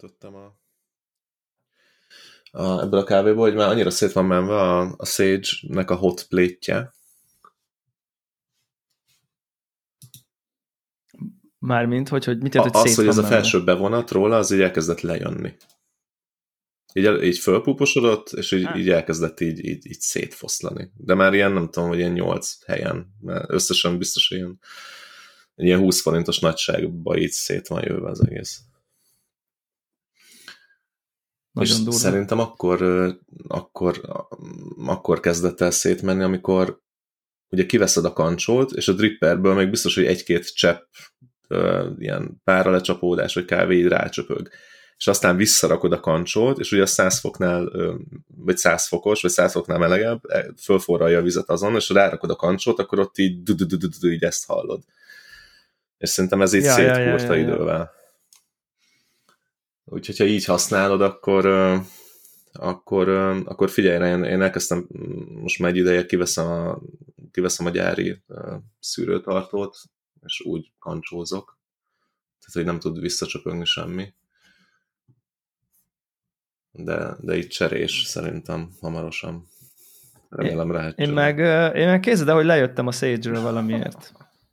öntöttem ebből a kávéból, hogy már annyira szét van menve a Sage-nek a hot plate-je. Mármint, hogy mit jelent, hogy szét van menve? Ez a felső bevonat róla, az így elkezdett lejönni. Így fölpúposodott, és így elkezdett így szétfoszlani. De már ilyen, nem tudom, hogy ilyen 8 helyen, mert összesen biztos ilyen 20 forintos nagyságban így szét van jövve az egész. Nagyon és durva. Szerintem akkor kezdett el szétmenni, amikor ugye kiveszed a kancsót, és a dripperből még biztos, hogy egy-két csepp ilyen páralecsapódás, vagy kávé így rácsöpög. És aztán visszarakod a kancsót, és ugye a 100 foknál, vagy 100 fokos, vagy 100 foknál melegebb, fölforralja a vizet azon, és ha rárakod a kancsót, akkor ott így ezt hallod. És szerintem ez így szétkúrta idővel. Úgyhogy ha így használod, akkor figyelj rá, én elkezdtem, most már egy ideje kiveszem a gyári szűrőtartót, és úgy kancsózok. Tehát, hogy nem tud visszacsöpögni semmi. De így cserés szerintem hamarosan. Remélem rá. Én meg képzeld el, hogy lejöttem a Sage-ről valamiért.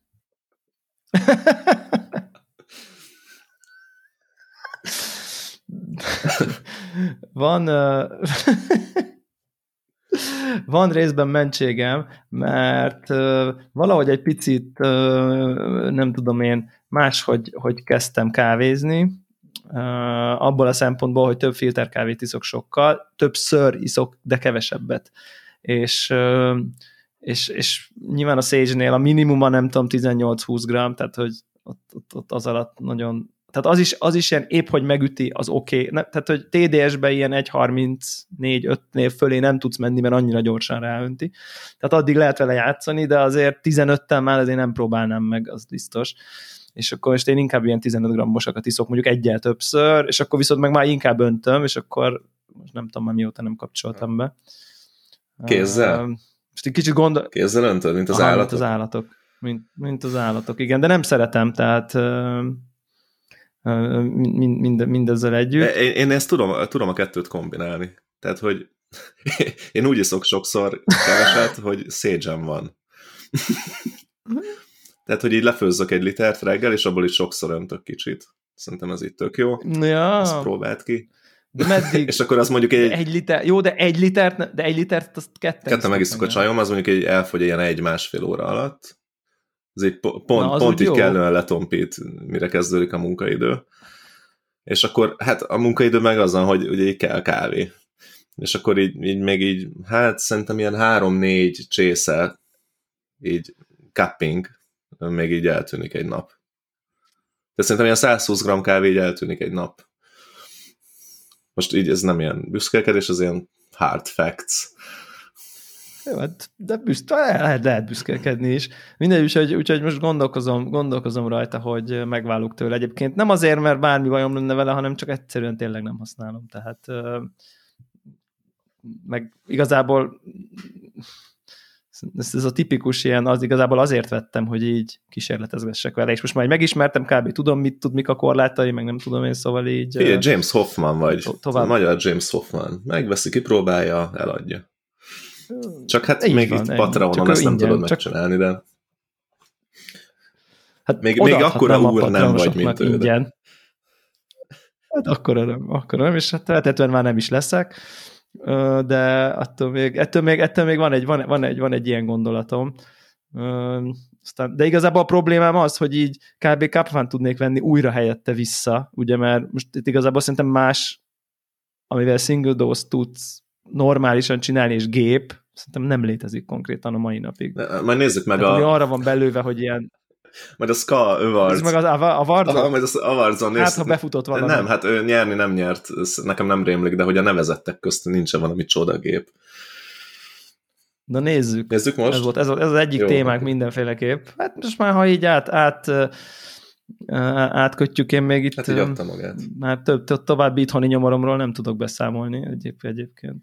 Van részben mentségem, mert valahogy egy picit, nem tudom én, máshogy kezdtem kávézni, abból a szempontból, hogy több filterkávét iszok sokkal, többször iszok, de kevesebbet. És nyilván a Sage-nél a minimuma nem tudom 18-20 gram, tehát hogy ott az alatt nagyon... Tehát az is ilyen épp, hogy megüti, az oké. Tehát, hogy TDS-be ilyen 1.34-5-nél fölé nem tudsz menni, mert annyira gyorsan ráönti. Tehát addig lehet vele játszani, de azért 15-tel már azért nem próbálnám meg, az biztos. És akkor most én inkább ilyen 15 grammosakat iszok, mondjuk egyel többször, és akkor viszont meg már inkább öntöm, és akkor most nem tudom már mióta nem kapcsoltam be. Kézzel? Most egy kicsit Kézzel öntöd, mint az állatok? Mint az állatok. Mint az állatok, igen, de nem szeretem, tehát mindezzel együtt. Én ezt tudom a kettőt kombinálni. Tehát, hogy én úgy iszok sokszor keveset, hogy Sage-em van. Tehát, hogy így lefőzzök egy litert reggel, és abból is sokszor öntök kicsit. Szerintem ez itt tök jó. Ja. Ezt próbáld ki. De meddig? És akkor az mondjuk egy liter, jó, de egy litert azt ketten megiszok a csajom, az mondjuk elfogy ilyen 1-1,5 óra alatt. Ez így pont így kellően letompít, mire kezdődik a munkaidő. És akkor, hát a munkaidő meg azon, hogy ugye így kell kávé. És akkor így még így, hát szerintem ilyen 3-4 csésze, így cupping, még így eltűnik egy nap. De szerintem ilyen 120 g kávé így eltűnik egy nap. Most így ez nem ilyen büszkélkedés, ez ilyen hard facts. Jó, de lehet büszkélkedni is. Mindegy, úgyhogy most gondolkozom rajta, hogy megválok tőle. Egyébként nem azért, mert bármi bajom lenne vele, hanem csak egyszerűen tényleg nem használom. Tehát meg igazából ez a tipikus ilyen, az igazából azért vettem, hogy így kísérletezgessek vele, és most már megismertem, kb. Tudom, mit tud, mik a korlátai, meg nem tudom én, szóval így... James Hoffman vagy. Magyar James Hoffman. Megveszi, kipróbálja, eladja. Csak hát így még van, itt Patreonon ezt nem tudod megcsinálni, de hát még akkor a úr nem vagy, mint ő. Ingyen. Hát akkor nem, és hát feltétlenül már nem is leszek, de ettől még van egy ilyen gondolatom. De igazából a problémám az, hogy így kb. Kapfán tudnék venni újra helyette vissza, ugye, mert most itt igazából szerintem más, amivel single dose tudsz normálisan csinálni, és gép, szerintem nem létezik konkrétan a mai napig. Majd nézzük meg ami arra van belőve, hogy ilyen... Majd a Ska Awards. Ez meg az Awardson? Majd az Awardson. Hát, ha befutott valami. Nem, hát ő nyerni nem nyert, nekem nem rémlik, de hogy a nevezettek közt nincsen valami csodagép. Na nézzük. Nézzük most? Ez az egyik témánk mindenféleképp. Hát most már, ha így átkötjük, én még itt... Hát így adta magát. Már további itthoni nyomoromról nem tudok beszámolni egyébként.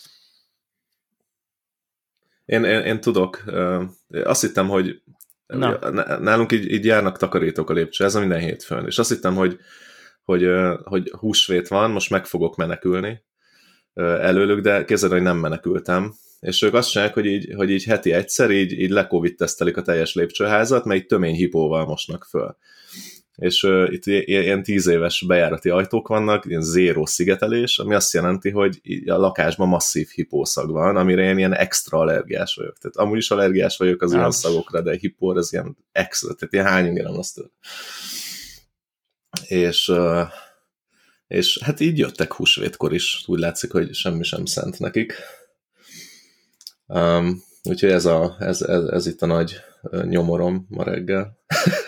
Én tudok. Azt hittem, hogy nálunk így járnak takarítók a lépcső, ez a minden hétfőn, és azt hittem, hogy hogy húsvét van, most meg fogok menekülni előlük, de képzeld, hogy nem menekültem. És ők azt csinálják, hogy így heti egyszer így le-covid-tesztelik a teljes lépcsőházat, mert így tömény hipóval mosnak föl. És itt ilyen 10 éves bejárati ajtók vannak, ilyen zéró szigetelés, ami azt jelenti, hogy a lakásban masszív hipószag van, amire én ilyen extra allergiás vagyok. Tehát amúgy is allergiás vagyok az ilyen szagokra, de hipóra az ilyen extra, tehát ilyen hányingerem azt tőle. És hát így jöttek húsvétkor is, úgy látszik, hogy semmi sem szent nekik. Úgyhogy ez itt a nagy nyomorom ma reggel.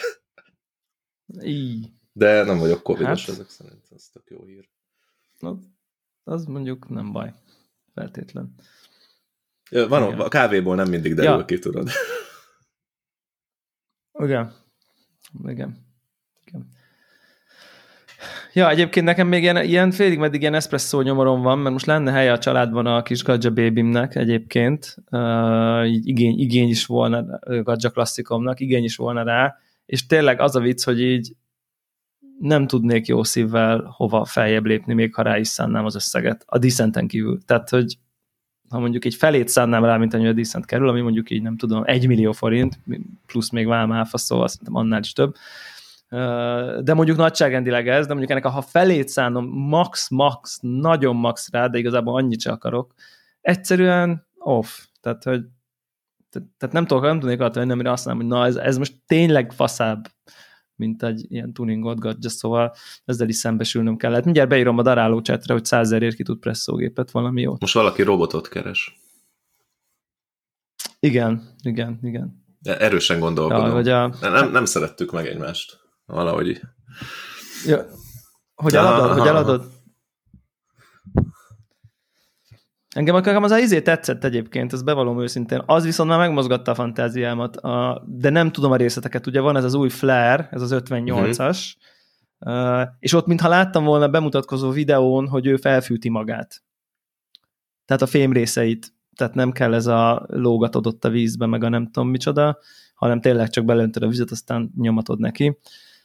De nem vagyok covidos ezek szerint, ez tök jó hír. Az mondjuk nem baj, feltétlen. Van, a kávéból nem mindig derül ki, tudod. Igen. Ja, egyébként nekem még ilyen félig meddig ilyen eszpresszó nyomorom van, mert most lenne helye a családban a kis Gadja bébimnek egyébként. Igény is volna, Gadja klasszikomnak, igény is volna rá, és tényleg az a vicc, hogy így nem tudnék jó szívvel hova feljebb lépni, még ha rá is szánnám az összeget, a Descenten kívül. Tehát, hogy ha mondjuk egy felét szánnám rá, mint annyi a Descent kerül, ami mondjuk így nem tudom, 1 millió forint, plusz még vámáfa, szóval szerintem annál is több. De mondjuk nagyságrendileg ez, de mondjuk ennek ha felét szánom max, nagyon max rá, de igazából annyit se akarok, egyszerűen off. Tehát, hogy nem tudnék alatt venni, amire azt mondom, hogy na, ez most tényleg faszább, mint egy ilyen tuningot Gadja, szóval ezzel is szembesülnöm kellett. Mindjárt beírom a daráló chatre, hogy 100 000-ért ki tud presszógépet, valami jót. Most valaki robotot keres. Igen. De erősen gondolkodom. Ja, nem szerettük meg egymást. Valahogy. Ja, hogy eladod? Engem az izé tetszett egyébként, ezt bevallom őszintén. Az viszont már megmozgatta a fantáziámat, de nem tudom a részleteket. Ugye van ez az új Flare, ez az 58-as, és ott mintha láttam volna bemutatkozó videón, hogy ő felfűti magát. Tehát a fém részeit. Tehát nem kell ez a lógatod ott a vízbe, meg a nem tudom micsoda, hanem tényleg csak belöntöd a vizet, aztán nyomatod neki.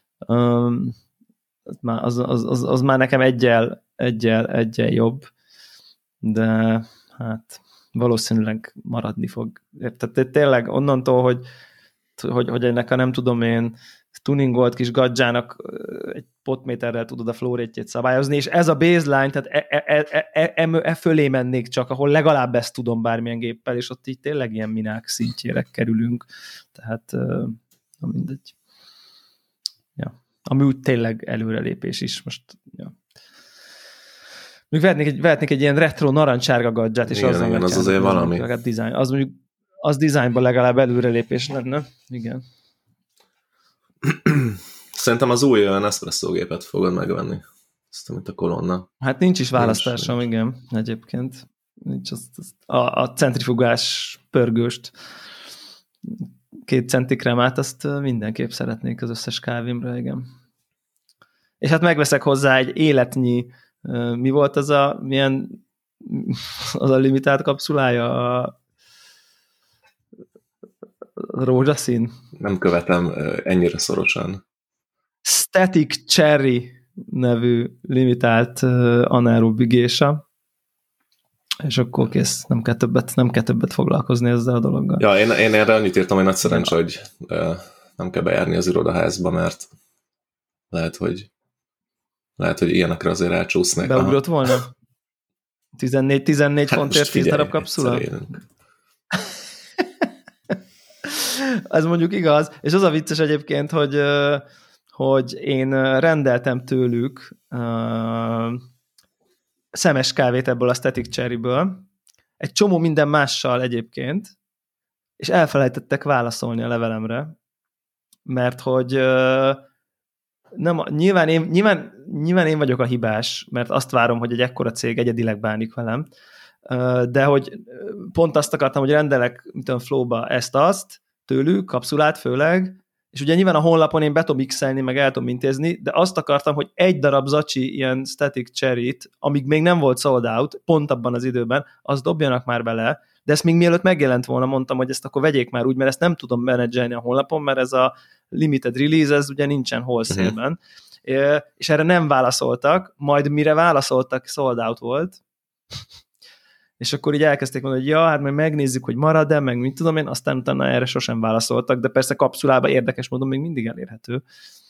Az már nekem egyel jobb, de hát valószínűleg maradni fog. Tehát tényleg onnantól, hogy ennek a nem tudom én tuningolt kis Gadjának egy potméterrel tudod a flow rate-jét szabályozni, és ez a baseline, tehát fölé mennék csak, ahol legalább ezt tudom bármilyen géppel, és ott így tényleg ilyen minák szintjére kerülünk. Tehát mindegy. Ja. Ami úgy tényleg előrelépés is most. Ja. Még vehetnék egy ilyen retro narancsárga Gadját, és igen, az azért valami. Design. Az mondjuk az dizájnban legalább előrelépés lenne. Igen. Szerintem az új Nespresso gépet fogod megvenni. Azt, amit a kolonna. Hát nincs is választásom, igen, egyébként. Nincs a centrifugás pörgőst 2 centi kremát, azt mindenképp szeretnék az összes kávémra, igen. És hát megveszek hozzá egy életnyi, mi volt az a limitált kapszulája? A rózsaszín? Nem követem ennyire szorosan. Static Cherry nevű limitált anaerobi gésa, és akkor kész, nem kell többet foglalkozni ezzel a dologgal. Ja, én erre annyit írtam, hogy nagy szerencsé, hogy nem kell bejárni az irodaházba, mert lehet, hogy ilyenekre azért elcsúsznak. Beugrott volna? 14 fontért 10 darab kapszula? Ez mondjuk igaz, és az a vicces egyébként, hogy én rendeltem tőlük szemes kávét ebből a Static Cherryből, egy csomó minden mással egyébként, és elfelejtettek válaszolni a levelemre, mert hogy nyilván én vagyok a hibás, mert azt várom, hogy egy ekkora cég egyedileg bánik velem, de hogy pont azt akartam, hogy rendelek Flow-ba ezt-azt, tőlük, kapszulát főleg, és ugye nyilván a honlapon én be tudom x-elni, meg el tudom intézni, de azt akartam, hogy egy darab zacsi ilyen Static Cherry-t, amíg még nem volt sold out, pont abban az időben, azt dobjanak már bele, de ezt még mielőtt megjelent volna, mondtam, hogy ezt akkor vegyék már úgy, mert ezt nem tudom menedzselni a honlapon, mert ez a limited release, ez ugye nincsen wholesale-ben, és erre nem válaszoltak, majd mire válaszoltak, sold out volt, és akkor így elkezdték mondani, hogy ja, hát majd megnézzük, hogy marad-e, meg mit tudom én, aztán utána erre sosem válaszoltak, de persze kapszulában érdekes módon még mindig elérhető.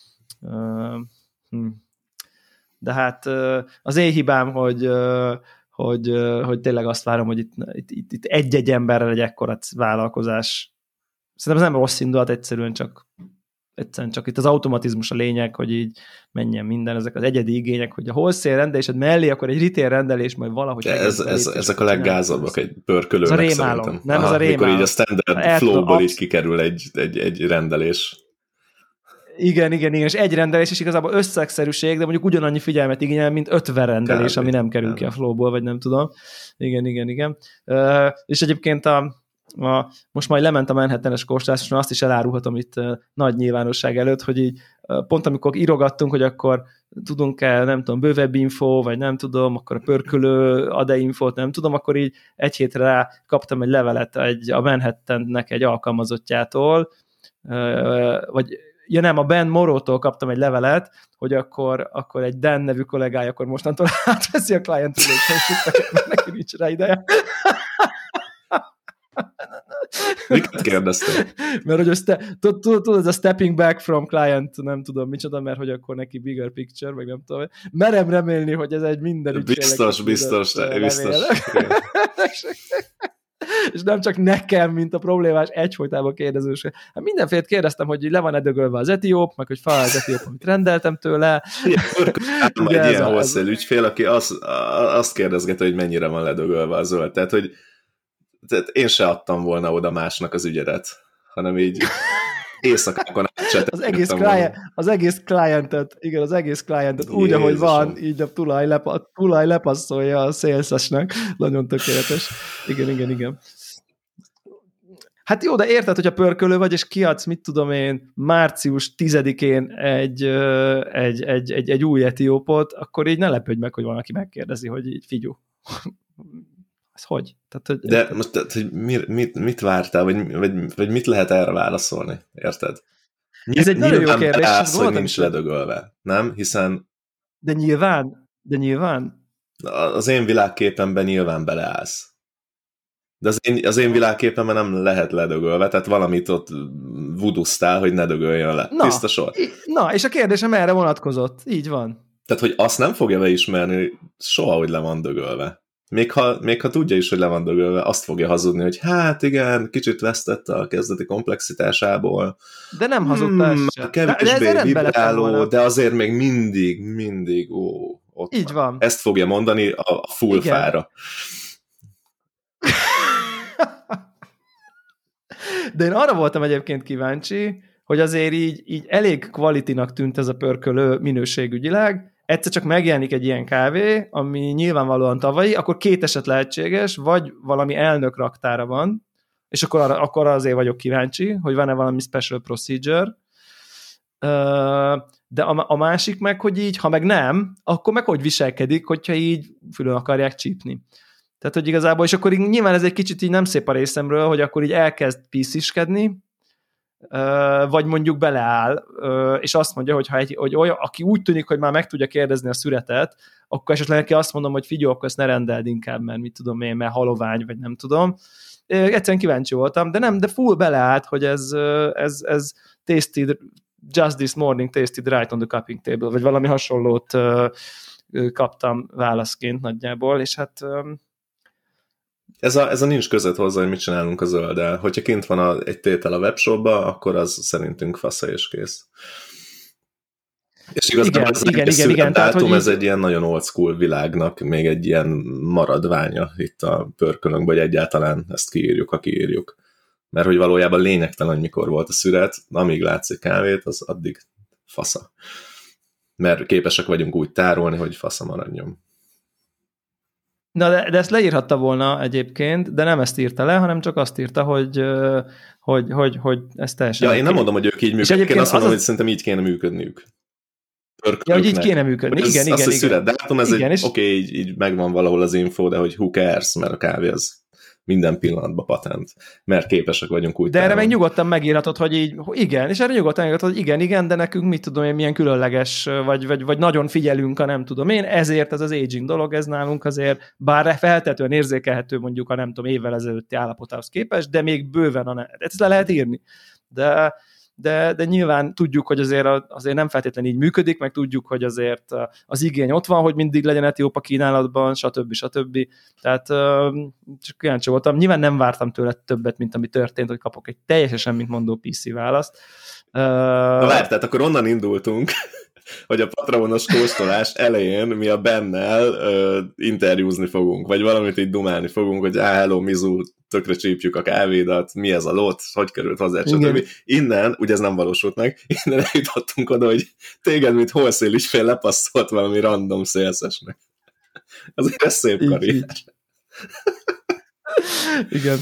De hát az én hibám, hogy tényleg azt várom, hogy itt egy-egy emberrel egy ekkora vállalkozás. Szerintem ez nem rossz indulat, egyszerűen csak itt az automatizmus a lényeg, hogy így menjen minden, ezek az egyedi igények, hogy a wholesale rendelésed mellé, akkor egy retail rendelés majd valahogy... Ezek a leggázabbak egy pörkölőnek ez a rémálom. szerintem. Nem, ez a rémálom. Mikor így a standard flow-ból így kikerül egy rendelés. Igen, és egy rendelés is igazából összegszerűség, de mondjuk ugyanannyi figyelmet igényel, mint 50 rendelés, ami nem kerül ki a flowból, vagy nem tudom. Igen. És egyébként most majd lement a Manhattan-es kóstolásra, azt is elárulhatom itt nagy nyilvánosság előtt, hogy így pont amikor írogattunk, hogy akkor tudunk-e, nem tudom, bővebb info, vagy nem tudom, akkor a pörkölő ad-e infót, nem tudom, akkor így egy hétre rá kaptam egy levelet a Manhattannek egy alkalmazottjától, vagy a Ben Morótól kaptam egy levelet, hogy akkor egy Dan nevű kollégája akkor mostantól átveszi a client relationship-eket, mert neki nincs rá ideje. Miket kérdeztél? Mert hogy tudod, ez a stepping back from client, nem tudom micsoda, mert hogy akkor neki bigger picture, meg nem tudom. Merem remélni, hogy ez egy minden ügyfélek. Biztos. És nem csak nekem, mint a problémás egyfolytában kérdezős. Hát mindenfélét kérdeztem, hogy le van edögölve az etióp, meg hogy fel az etióp, amit rendeltem tőle. Egy ilyen wholesale ügyfél, aki azt kérdezgeti, hogy mennyire van ledögölve a zöld. Tehát én se adtam volna oda másnak az ügyedet, hanem így éjszakákon átcseteltem. Az egész clientet, igen, az egész clientet úgy, ahogy van, így a tulaj lepasszolja a salesesnek. Nagyon tökéletes. Igen. Hát jó, de érted, hogyha pörkölő vagy, és kiadsz, mit tudom én, március 10-én egy új etiópot, akkor így ne lepődj meg, hogy van, aki megkérdezi, hogy így figyú. Ez hogy? Tehát, hogy de most hogy mit vártál, vagy mit lehet erre válaszolni? Érted? Ez egy nagyon jó kérdés. Beállsz, hogy nincs ledögölve, nem? Hiszen... De nyilván. Az én világképemben nyilván beleállsz. De az én világképemben nem lehet ledögölve, tehát valamit ott vuduztál, hogy ne dögöljön le. Tiszta sor. És a kérdésem erre vonatkozott. Így van. Tehát, hogy azt nem fogja beismerni soha, hogy le van dögölve. Még ha tudja is, hogy le van dögölve, azt fogja hazudni, hogy hát igen, kicsit vesztett a kezdeti komplexitásából. De nem hazudta ezt sem. Kevésbé vibráló, de azért még mindig ott így van. Ezt fogja mondani a full igen. Fára. De én arra voltam egyébként kíváncsi, hogy azért így elég quality-nak tűnt ez a pörkölő minőségügyileg, egyszer csak megjelenik egy ilyen kávé, ami nyilvánvalóan tavalyi, akkor két eset lehetséges, vagy valami elnök raktára van, és akkor azért vagyok kíváncsi, hogy van-e valami special procedure, de a másik meg, hogy így, ha meg nem, akkor meg hogy viselkedik, hogyha így fülön akarják csípni. Tehát, hogy igazából, és akkor így, nyilván ez egy kicsit így nem szép a részemről, hogy akkor így elkezd pisziskedni, vagy mondjuk beleáll, és azt mondja, hogy olyan, aki úgy tűnik, hogy már meg tudja kérdezni a szüretet, akkor esetleg neki azt mondom, hogy figyelj, akkor ezt ne rendeld inkább, mert mit tudom én, mert halovány, vagy nem tudom. Egyszerűen kíváncsi voltam, de full beleállt, hogy ez tasted, just this morning tasted right on the cupping table, vagy valami hasonlót kaptam válaszként nagyjából, és hát... Ez a nincs között hozzá, hogy mit csinálunk a zölddel. Hogyha kint van egy tétel a webshopba, akkor az szerintünk fasza és kész. És igazából igen. Dátum, ez egy ilyen nagyon old school világnak még egy ilyen maradványa itt a pörkölönkben, hogy egyáltalán ezt kiírjuk, ha kiírjuk. Mert hogy valójában lényegtelen, hogy mikor volt a szüret, amíg látszik kávét, az addig fasza. Mert képesek vagyunk úgy tárolni, hogy fasza maradjon. Na, de ezt leírhatta volna egyébként, de nem ezt írta le, hanem csak azt írta, hogy ez teljesen... Ja, én nem mondom, hogy ők így működnek, én azt mondom, hogy szerintem így kéne működniük. Ja, hogy így kéne működni, igen. Azt, hogy szület dátum, ez oké, így megvan valahol az info, de hogy who cares, mert a kávé az minden pillanatban patent, mert képesek vagyunk úgy. De erre meg nyugodtan megírhatod, hogy így, igen, és erre nyugodtan megírhatod, hogy igen, de nekünk mit tudom én, milyen különleges, vagy nagyon figyelünk, a nem tudom én, ezért ez az aging dolog, ez nálunk azért, bár feltetően érzékelhető mondjuk a nem tudom, évvel ezelőtti állapotához képest, de még bőven ezt le lehet írni. De nyilván tudjuk, hogy azért nem feltétlenül így működik, meg tudjuk, hogy azért az igény ott van, hogy mindig legyen Etióp a kínálatban, stb. Tehát csak kíváncsi voltam. Nyilván nem vártam tőle többet, mint ami történt, hogy kapok egy teljesen semmit mondó PC választ. Na várj, tehát akkor onnan indultunk, hogy a Patronos kóstolás elején mi a Bennel interjúzni fogunk, vagy valamit így dumálni fogunk, hogy hello, Mizu, tökre csípjük a kávédat, mi ez a lot, hogy került hozzá, stb. Innen, ugye ez nem valósult meg, innen eljutottunk oda, hogy téged, mint wholesale ügyfél lepasszolt valami random szélszesnek. Azért ez szép karrier. Igen.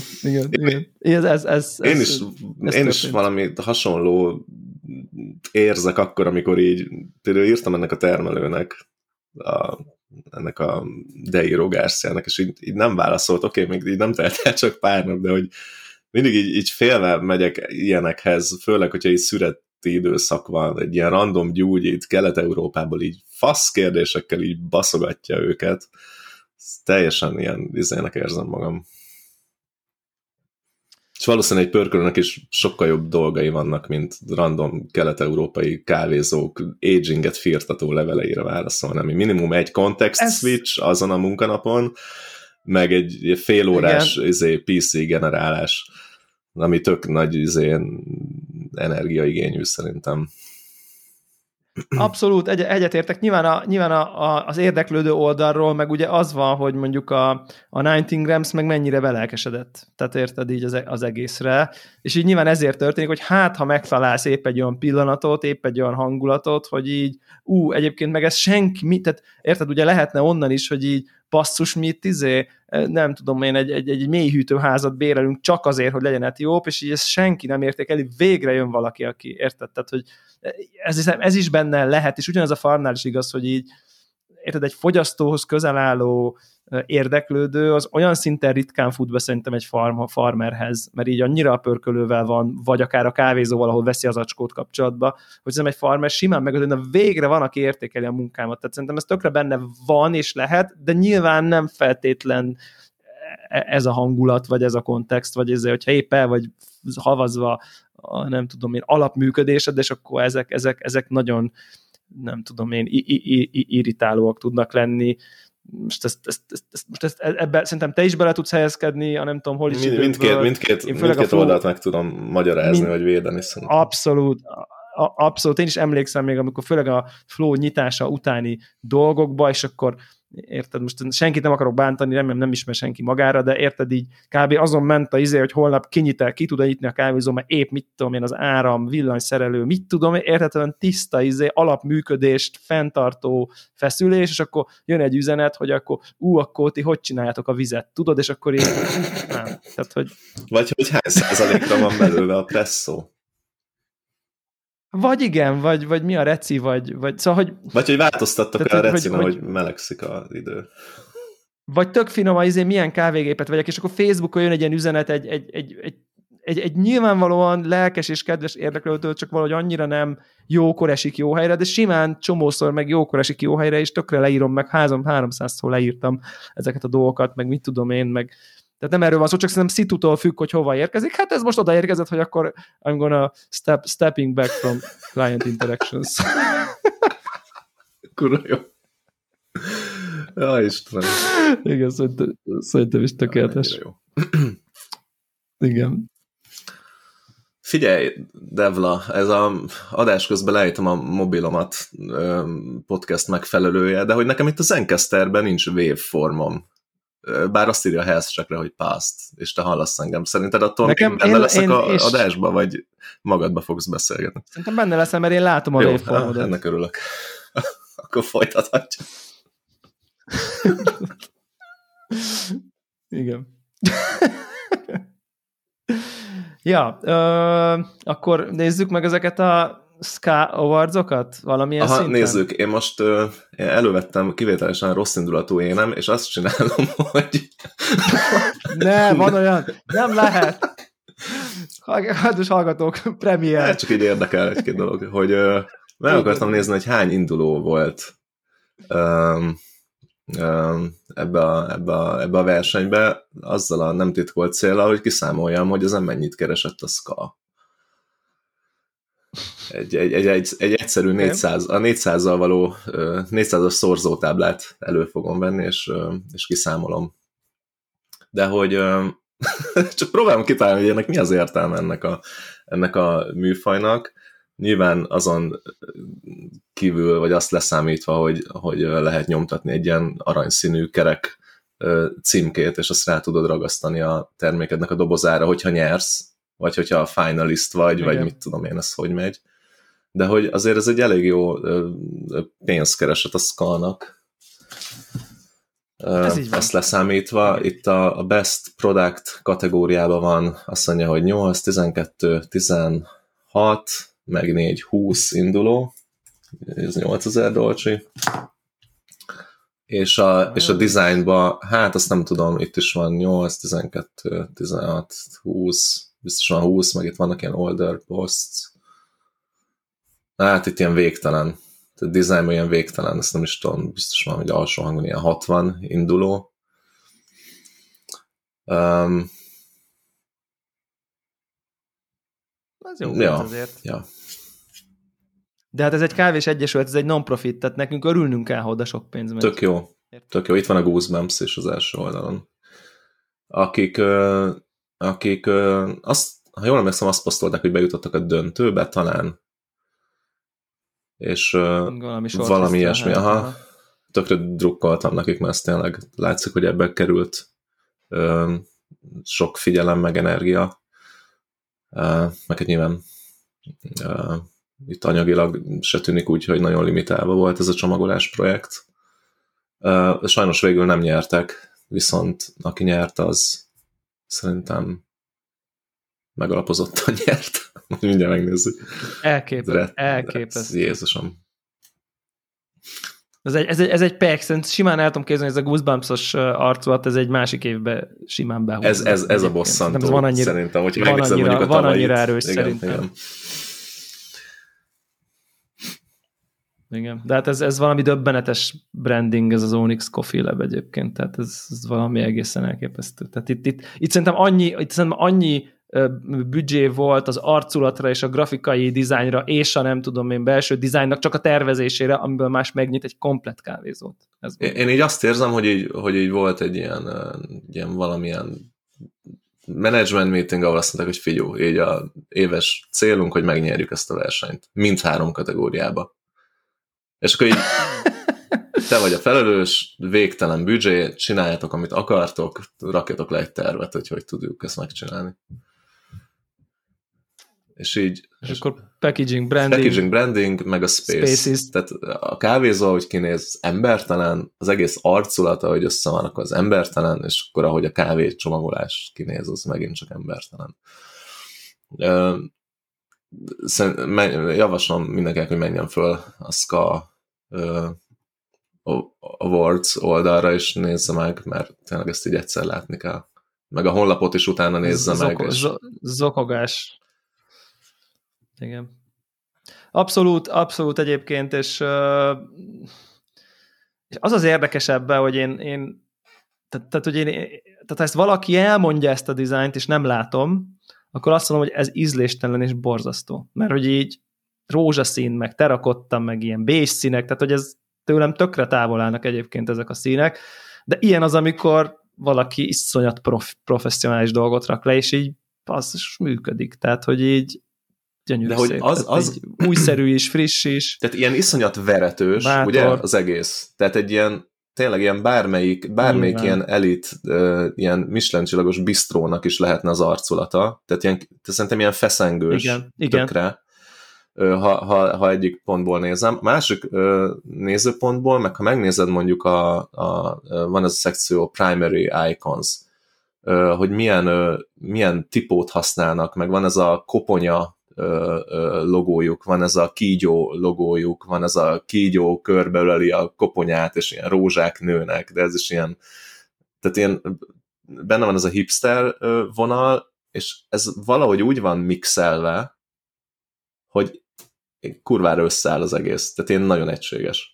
Én is valami hasonló érzek akkor, amikor így például írtam ennek a termelőnek, ennek a Deiro Garciának, és így nem válaszolt, oké, még így nem telt el csak pár nap, de hogy mindig így félve megyek ilyenekhez, főleg, hogyha így szüreti időszak van, egy ilyen random gyúgy itt Kelet-Európából így fasz kérdésekkel így baszogatja őket. Teljesen ilyen izének érzem magam. És valószínűleg egy pörkölőnek is sokkal jobb dolgai vannak, mint random kelet-európai kávézók aginget firtató leveleire válaszolni, ami minimum egy context switch azon a munkanapon, meg egy félórás PC generálás, ami tök nagy energiaigényű szerintem. Abszolút, egyetértek. Nyilván az érdeklődő oldalról meg ugye az van, hogy mondjuk a 19 Grams meg mennyire belelkesedett. Tehát érted így az egészre. És így nyilván ezért történik, hogy ha megtalálsz épp egy olyan pillanatot, épp egy olyan hangulatot, hogy így, egyébként meg ez senki, tehát érted, ugye lehetne onnan is, hogy így basszus, mi itt nem tudom én, egy mélyhűtőházat bérelünk csak azért, hogy legyen etióp, és így ezt senki nem értékeli, végre jön valaki, aki érted, tehát, hogy ez is benne lehet, és ugyanez a farmnál is igaz, hogy így érted, egy fogyasztóhoz közel álló érdeklődő, az olyan szinten ritkán fut be szerintem egy farmerhez, mert így annyira a pörkölővel van, vagy akár a kávézóval, ahol veszi az acskót kapcsolatba, hogy szerintem egy farmer simán meg, hogy végre van, aki értékeli a munkámat. Tehát szerintem ez tökre benne van és lehet, de nyilván nem feltétlen ez a hangulat, vagy ez a kontext, vagy ez, hogyha épp el vagy havazva a, nem tudom én, alapműködésed, és akkor ezek nagyon, nem tudom én, irritálóak tudnak lenni. Most ebben szerintem te is bele tudsz helyezkedni, a nem tudom, hol is mindkét oldalt meg tudom magyarázni, vagy védeni szerintem. Abszolút. Én is emlékszem még, amikor főleg a Flow nyitása utáni dolgokba, és akkor érted, most senkit nem akarok bántani, remélem nem ismer senki magára, de érted így kb. Azon ment a hogy holnap ki tud nyitni a kávézó, mert épp mit tudom én, az áram, villanyszerelő, mit tudom, értetlen tiszta alapműködést fenntartó feszülés, és akkor jön egy üzenet, hogy akkor ti hogy csináljátok a vizet, tudod, és akkor így nem. Tehát, hogy... Vagy hogy hány százalékra van belőle a presszó? Vagy igen, vagy mi a reci, vagy szóval, hogy... Vagy hogy változtattok el a recina, hogy melegszik az idő. Vagy tök finom, milyen kávégépet vegyek, és akkor Facebookon jön egy ilyen üzenet, egy nyilvánvalóan lelkes és kedves érdeklődőtől, csak valahogy annyira nem jókor esik jó helyre, de simán csomószor meg jókor esik jó helyre, és tökre leírom, meg 300-szor leírtam ezeket a dolgokat, meg mit tudom én, meg tehát nem erről van szó, csak szerintem szitútól függ, hogy hova érkezik. Hát ez most oda érkezett, hogy akkor I'm gonna stepping back from client interactions. Kurva jó. Ja, Istenem. Igen, szerintem is tökéletes. Jó. Igen. Figyelj, Devla, ez a adás közben leállítom a mobilomat podcast megfelelője, de hogy nekem itt a Zencasterben nincs waveformom. Bár azt írja a health checkre, hogy past, és te hallasz engem. Szerinted attól nekem, benne leszek az adásba, vagy magadba fogsz beszélgetni? Szerintem benne leszem, mert én látom a waveformodat. Ennek örülök. Akkor folytathatjuk. Igen. Ja, akkor nézzük meg ezeket a Ska Awards-okat? Valamilyen Aha, szinten? nézzük, én most én elővettem kivételesen rossz indulatú énem, és azt csinálom, hogy... Ne, van olyan, nem lehet. Kedves hallgatók, premier. Hát csak így érdekel egy-két dolog, hogy meg akartam nézni, hogy hány induló volt ebbe a versenybe, azzal a nem titkolt céllal, hogy kiszámoljam, hogy ezen mennyit keresett a Ska. Egy egyszerű 400, a 400-zal való 400-as szorzótáblát elő fogom venni, és kiszámolom. De hogy csak próbálom kitalálni, hogy ennek mi az értelme ennek a műfajnak. Nyilván azon kívül, vagy azt leszámítva, hogy lehet nyomtatni egy ilyen aranyszínű kerek címkét, és azt rá tudod ragasztani a termékednek a dobozára, hogyha nyersz, vagy hogyha a finalist vagy mit tudom én, ez hogy megy. De hogy azért ez egy elég jó pénzkereset a Ska-nak. Ezt leszámítva, itt a Best Product kategóriában van, azt mondja, hogy 8, 12, 16, meg 4, 20 induló, ez 8000 dolcsi. És a designban, hát azt nem tudom, itt is van 8, 12, 16, 20, biztos van 20, meg itt vannak ilyen older posts. Hát itt ilyen végtelen. Tehát designban ilyen végtelen, ezt nem is tudom, biztos van, hogy alsó hangon ilyen 60 induló. Az jó azért. Ja. De hát ez egy kávés egyesület, ez egy non-profit, tehát nekünk örülnünk kell, ha oda sok pénz megy. Tök jó. Itt van a Goosebumps is az első oldalon. Akik azt, ha jól emlékszem, azt posztolták, hogy bejutottak a döntőbe talán. És valami ilyesmi. Aha. Tökre drukkoltam nekik, mert ez tényleg látszik, hogy ebben került sok figyelem, meg energia. Meg nyilván itt anyagilag se tűnik úgy, hogy nagyon limitálva volt ez a csomagolás projekt. Sajnos végül nem nyertek, viszont aki nyert, az szerintem megalapozottan nyert. Mindjárt megnézzük. Elképesztő. Jézusom. Ez egy perc, simán el tudom képzelni, ez a Goosebumps-os arculat, ez egy másik évben simán behúzva. Ez a bosszantó, szerintem. Hogy van annyira erős, szerintem. Igen. De hát ez valami döbbenetes branding, ez az Onyx Coffee Lab egyébként, tehát ez valami egészen elképesztő. Tehát itt szerintem annyi büdzsé volt az arculatra és a grafikai dizájnra és a nem tudom én belső dizájnnak csak a tervezésére, amiből más megnyit egy komplett kávézót. Én így azt érzem, hogy így volt egy ilyen valamilyen management meeting, ahol azt mondták, hogy figyelj, így a éves célunk, hogy megnyerjük ezt a versenyt. Mindhárom kategóriába. És akkor így te vagy a felelős, végtelen büdzsé, csináljátok, amit akartok, rakjatok le egy tervet, hogy tudjuk ezt megcsinálni. És így... És akkor packaging, branding, meg a spaces. Tehát a kávézó, ahogy kinéz, embertelen, az egész arculata, ahogy össze van, akkor az embertelen, és akkor ahogy a kávé csomagolás kinéz, az megint csak embertelen. Javaslom mindenkinek, hogy menjen föl a Ska Awards oldalra, és nézze meg, mert tényleg ezt így egyszer látni kell. Meg a honlapot is utána nézze meg. Zokogás. Igen. Abszolút egyébként, és az az érdekesebb, hogy tehát ha ezt valaki elmondja ezt a dizájnt, és nem látom, akkor azt mondom, hogy ez ízléstelen és borzasztó. Mert hogy így rózsaszín, meg terakotta, meg ilyen bés színek, tehát hogy ez tőlem tökre távol állnak egyébként ezek a színek, de ilyen az, amikor valaki iszonyat professzionális dolgot rak le, és így az is működik. Tehát, hogy így gyönyörű de hogy szép. az újszerű is, friss is. Tehát ilyen iszonyat veretős, bátor. Ugye, az egész. Tehát egy ilyen, tényleg ilyen bármelyik ilyen elit, ilyen Michelin csillagos bistrónak is lehetne az arculata. Tehát szerintem ilyen feszengős tökre. Ha egyik pontból nézem. Másik nézőpontból, meg ha megnézed mondjuk van ez a szekció Primary Icons, hogy milyen tipót használnak, meg van ez a koponya logójuk, van ez a kígyó logójuk, van ez a kígyó körbeöleli a koponyát, és ilyen rózsák nőnek, de ez is ilyen, tehát ilyen, benne van ez a hipster vonal, és ez valahogy úgy van mixelve, hogy kurvára összeáll az egész. Tehát ilyen nagyon egységes.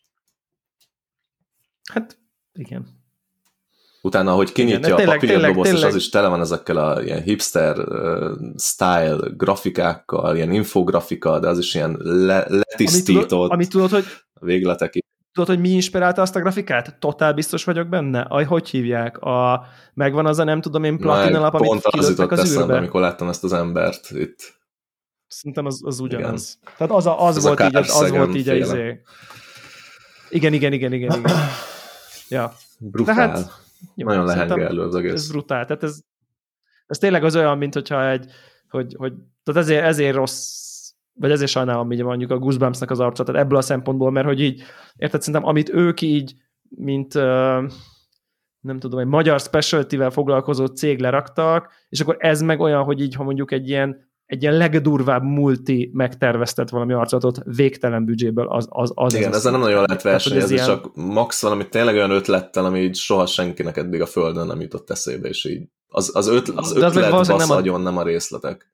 Hát, igen. Utána, ahogy kinyitja a papírdobozt, és az is tele van ezekkel a ilyen hipster style grafikákkal, ilyen infografika, de az is ilyen letisztított amit tudod, hogy végletekig. Tudod, hogy mi inspirálta azt a grafikát? Totál biztos vagyok benne. Hogy hívják? Megvan az a nem tudom én platina lap, amit kilőttek az űrbe. Eszembe, amikor láttam ezt az embert itt. Szerintem az ugyanaz. Igen. Tehát az volt így az izé. Igen. Ja. Brutál. Tehát, jó, nagyon lehengerlő az egész. Ez brutál. Tehát ez tényleg az olyan, mint hogyha tehát ezért rossz, vagy ezért sajnálom így mondjuk a Goosebumps-nak az arcot, tehát ebből a szempontból, mert hogy így, érted, szerintem amit ők így, mint nem tudom, egy magyar specialty-vel foglalkozó cég leraktak, és akkor ez meg olyan, hogy így, ha mondjuk egy ilyen legdurvább multi megterveztett valami arcotot végtelen büdzséből, az igen, ezzel nem nagyon lehet versenyezni, csak max valami tényleg olyan ötlettel, ami így soha senkinek eddig a földön nem jutott eszébe, és így az ötlet basz agyon, nem a részletek.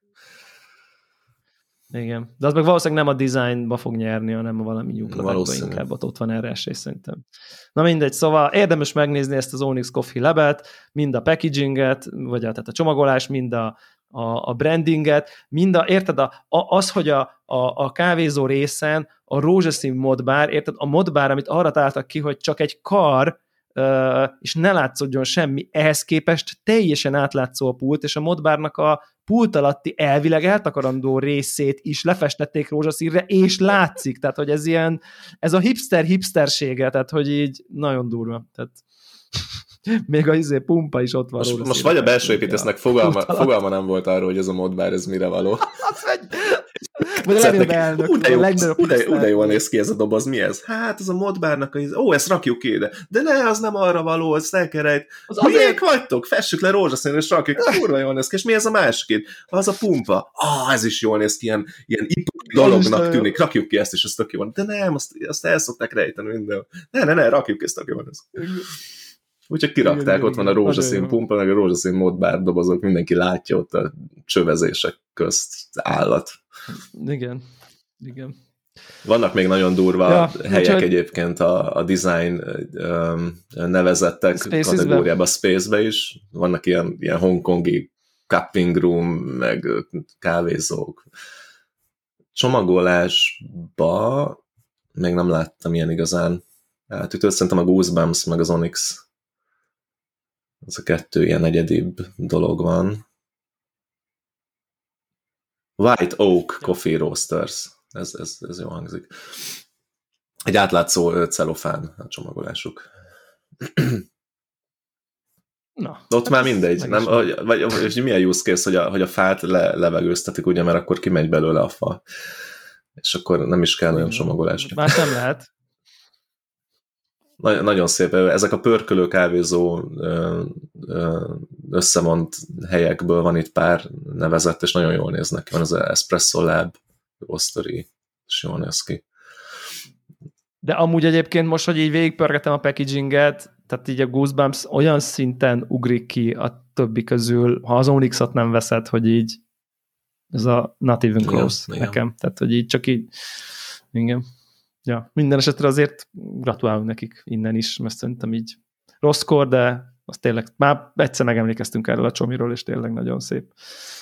Igen, de az meg valószínűleg nem a designba fog nyerni, hanem a valami nyugtatákba inkább ott van erre esély szerintem. Na mindegy, szóval érdemes megnézni ezt az Onyx Coffee Lab-et, mind a packaginget, vagy tehát a csomagolás, mind a brandinget, érted, az, hogy a kávézó részen a rózsaszín modbár, érted, a modbár, amit arra találtak ki, hogy csak egy kar, és ne látszódjon semmi, ehhez képest teljesen átlátszó a pult, és a modbárnak a pult alatti elvileg eltakarandó részét is lefestették rózsaszínre, és látszik, tehát, hogy ez a hipstersége, tehát, hogy így nagyon durva, tehát még a pumpa is ott van. Most vagy a belső építésznek fogalma nem volt arról, hogy ez a modbár, ez mire való. Vagy a legnagyobb elnök. De jól néz ki ez a doboz, mi ez? Hát ez a modbárnak, ezt rakjuk ki ide. De ne, az nem arra való, az elkerejt. Miért vagytok? Fessük le rózsaszínre, és rakjuk. Kurva jól néz ki. És mi ez a másik? Az a pumpa. Ez is jól néz ki, ilyen ipari dolognak tűnik. Rakjuk ki ezt, és ez tök jó van. De nem, azt el szokták rejteni minden. Ne, rakjuk ki, ezt tök jó van. Úgyhogy kirakták, igen, ott van a rózsaszín pumpa, meg a rózsaszín modbár dobozok, mindenki látja ott a csövezések közt állat. Igen. Vannak még nagyon durva helyek egyébként a design nevezettek kategóriában, Space-be is. Vannak ilyen hongkongi cupping room, meg kávézók. Csomagolásba még nem láttam ilyen igazán. Hát itt szerintem a Goosebumps, meg az Onyx. Ez a kettő ilyen egyedibb dolog van. White Oak Coffee Roasters. Ez jól hangzik. Egy átlátszó celofán a csomagolásuk. Na, ott már mindegy. Nem, vagy milyen use case, hogy a fát levegőztetik, ugye, mert akkor kimegy belőle a fa. És akkor nem is kell olyan csomagolás. Más nem lehet. Nagyon szép. Ezek a pörkölő kávézó összevont helyekből van itt pár nevezett, és nagyon jól néznek ki. Van az Espresso Lab, Roastery, és jól néz ki. De amúgy egyébként most, hogy így végigpörgetem a packaginget, tehát így a Goosebumps olyan szinten ugrik ki a többi közül, ha az Onyx-ot nem veszed, hogy így ez a not even close nekem. Igen. Tehát, hogy így csak így igen. Ja, minden esetre azért gratulálunk nekik innen is, mert szerintem így rosszkor, de az tényleg, már egyszer megemlékeztünk erről a csomiról, és tényleg nagyon szép.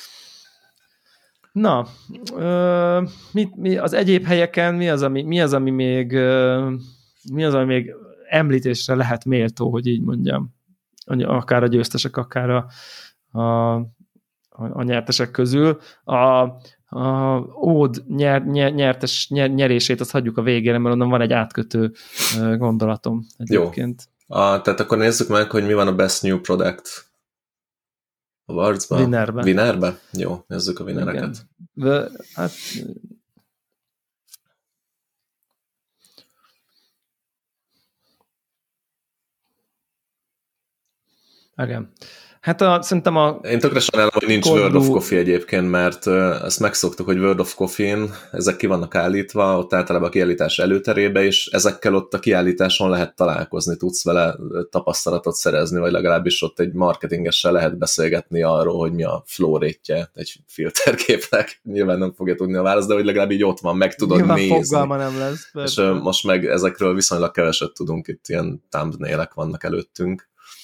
Na, mi az egyéb helyeken, mi az, ami még említésre lehet méltó, hogy így mondjam, akár a győztesek, akár a nyertesek közül. A Ód nyerését azt hagyjuk a végére, mert onnan van egy átkötő gondolatom egyébként. Jó. Tehát akkor nézzük meg, hogy mi van a Best New Product Awards-ban. Winnerbe? Jó, nézzük a winnereket. Hát... Igen. Hát szerintem Én tökre sajnálom, hogy nincs World of Coffee egyébként, mert ezt megszoktuk, hogy World of Coffee-n ezek ki vannak állítva, ott általában a kiállítás előterébe, és ezekkel ott a kiállításon lehet találkozni, tudsz vele tapasztalatot szerezni, vagy legalábbis ott egy marketingessel lehet beszélgetni arról, hogy mi a flow rate-je egy filterképnek. Nyilván nem fogja tudni a választ, de hogy legalább így ott van, meg tudod nyilván nézni. fogalma nem lesz. És most meg ezekről viszonylag keveset tudunk, itt ilyen thumbnailek vannak előttünk.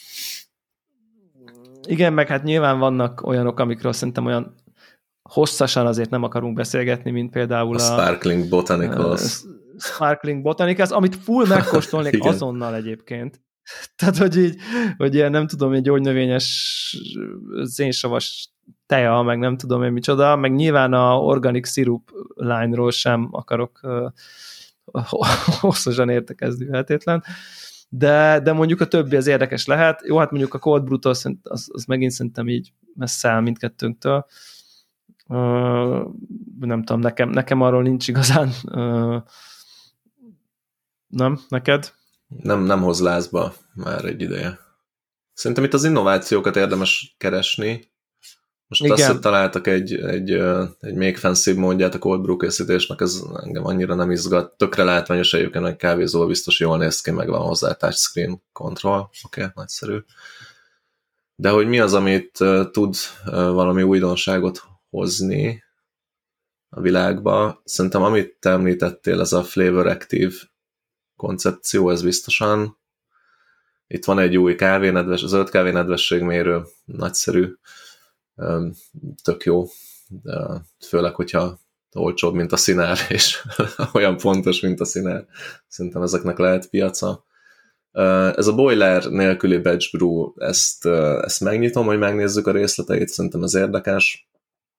Igen, meg hát nyilván vannak olyanok, amikről szerintem olyan hosszasan azért nem akarunk beszélgetni, mint például a Sparkling Botanicals. Sparkling Botanicals, amit full megkóstolnék azonnal egyébként. Tehát, hogy így, hogy ilyen, nem tudom, egy gyógynövényes zénsavas teja, meg nem tudom én micsoda, meg nyilván a organic syrup line-ról sem akarok hosszasan értekezni feltétlen. De mondjuk a többi az érdekes lehet. Jó, hát mondjuk a Cold Brew-tól az megint szerintem így messze áll mindkettőnktől. Nem tudom, nekem arról nincs igazán. Nem? Neked? Nem hoz lázba már egy ideje. Szerintem itt az innovációkat érdemes keresni. Most igen. Azt, hogy találtak egy még fancybb módját a cold brew készítésnek, ez engem annyira nem izgat. Tökre látványos egyébként, hogy kávézó biztos jól néz ki, meg van hozzá touchscreen control. Oké, nagyszerű. De hogy mi az, amit tud valami újdonságot hozni a világba? Szerintem amit te említettél, ez a Flavor Active koncepció, ez biztosan. Itt van egy új zöld kávé nedvességmérő, nagyszerű, tök jó, de főleg, hogyha olcsóbb, mint a színár, és olyan pontos, mint a színár. Szerintem ezeknek lehet piaca. Ez a boiler nélküli batch brew, ezt megnyitom, hogy megnézzük a részleteit, szerintem ez érdekes.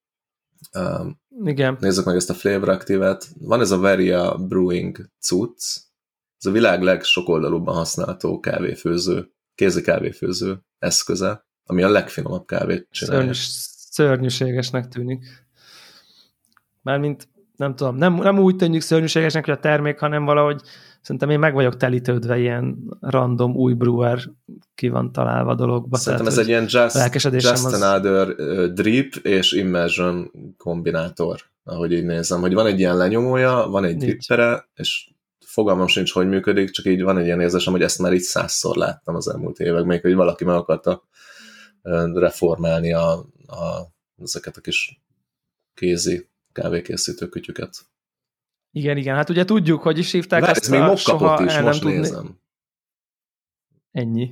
Igen. Nézzük meg ezt a Flavor Active-et. Van ez a Veria Brewing cucc, ez a világ legsokoldalúbban használható kézi kávéfőző eszköze, ami a legfinomabb kávét csinálja. Szörnyűségesnek tűnik. Mármint, nem tudom, nem úgy tűnik szörnyűségesnek, hogy a termék, hanem valahogy szerintem én meg vagyok telítődve ilyen random új brewer ki van találva dologba. Szerintem ez egy ilyen just another drip és immersion kombinátor, ahogy így nézem, hogy van egy ilyen lenyomója, van egy drippere, és fogalmam sincs, hogy működik, csak így van egy ilyen érzésem, hogy ezt már így 100-szor láttam az elmúlt évek, még hogy valaki meg akarta reformálni ezeket a kis kézi kávékészítő kütyüket. Igen, hát ugye tudjuk, hogy is hívták ezt ez még mokkapot is, most nézem. Ennyi.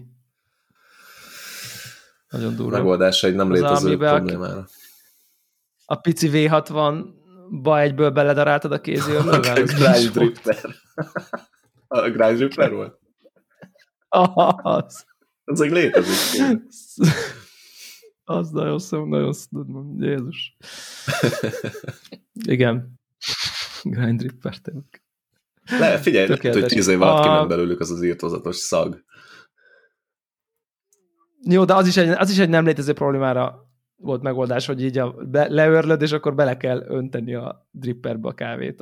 Nagyon durva. Megoldása egy nem létező problémára. A pici V60-ba egyből beledaráltad a kéziörlővel? A Grind Dripper. A Grind Dripper volt? Az. Ez egy létezik. Az nagyon szomorú, Jézus. Igen. Grind Dripper tényleg. Figyelj, hogy 10 év alatt kiment belőlük az írtózatos szag. Jó, de az is egy nem létező problémára volt megoldás, hogy így leörlöd, és akkor bele kell önteni a dripperbe a kávét.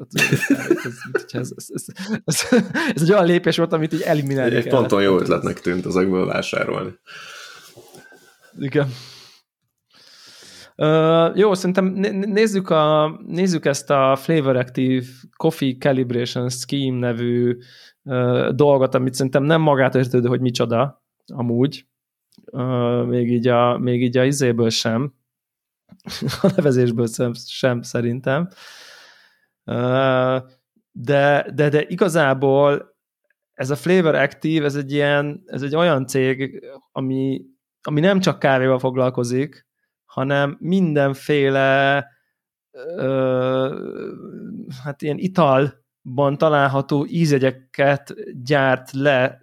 Ez egy olyan lépés volt, amit így eliminálni egy ponton jó ötletnek tűnt ezekből vásárolni. Igen. Jó, szerintem nézzük ezt a Flavor Active Coffee Calibration Scheme nevű dolgot, amit szerintem nem magától értetődő, hogy micsoda amúgy. Még így a izéből sem. A nevezésből sem szerintem. De igazából ez a Flavor Active, ez egy olyan cég, ami nem csak kávéval foglalkozik, hanem mindenféle hát ilyen italban található ízjegyeket gyárt le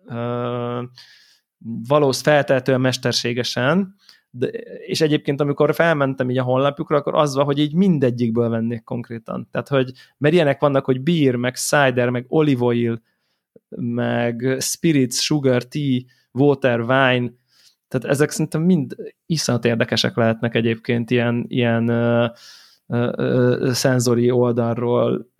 feltehetően mesterségesen, és egyébként amikor felmentem így a honlapjukra, akkor az van, hogy így mindegyikből vennék konkrétan. Tehát, hogy mert ilyenek vannak, hogy beer, meg cider, meg olive oil, meg spirits, sugar, tea, water, wine, tehát ezek szerintem mind iszonyat érdekesek lehetnek egyébként ilyen szenzori oldalról.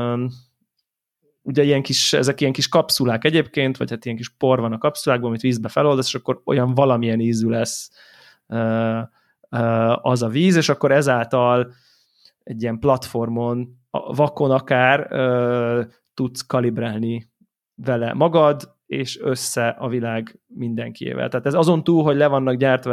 Ugye ezek ilyen kis kapszulák egyébként, vagy hát ilyen kis por van a kapszulákban, amit vízbe feloldasz, és akkor olyan valamilyen ízű lesz. az a víz, és akkor ezáltal egy ilyen platformon, vakon akár tudsz kalibrálni vele magad, és össze a világ mindenkiével. Tehát ez azon túl, hogy le vannak gyártva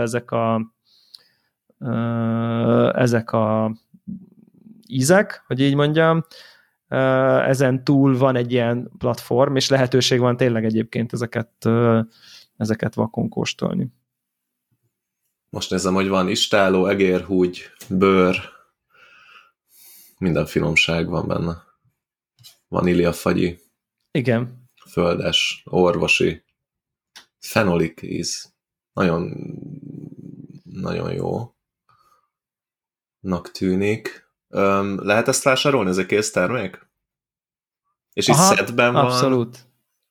ezek a ízek, hogy így mondjam, ezen túl van egy ilyen platform, és lehetőség van tényleg egyébként ezeket vakon kóstolni. Most nézem, hogy van istáló, egérhúgy, bőr, minden finomság van benne. Vaníliafagyi. Igen. Földes, orvosi, fenolik íz. Nagyon, nagyon jó. Nak tűnik. Lehet ezt vásárolni? Ez egy kész termék? És itt szetben van? Abszolút.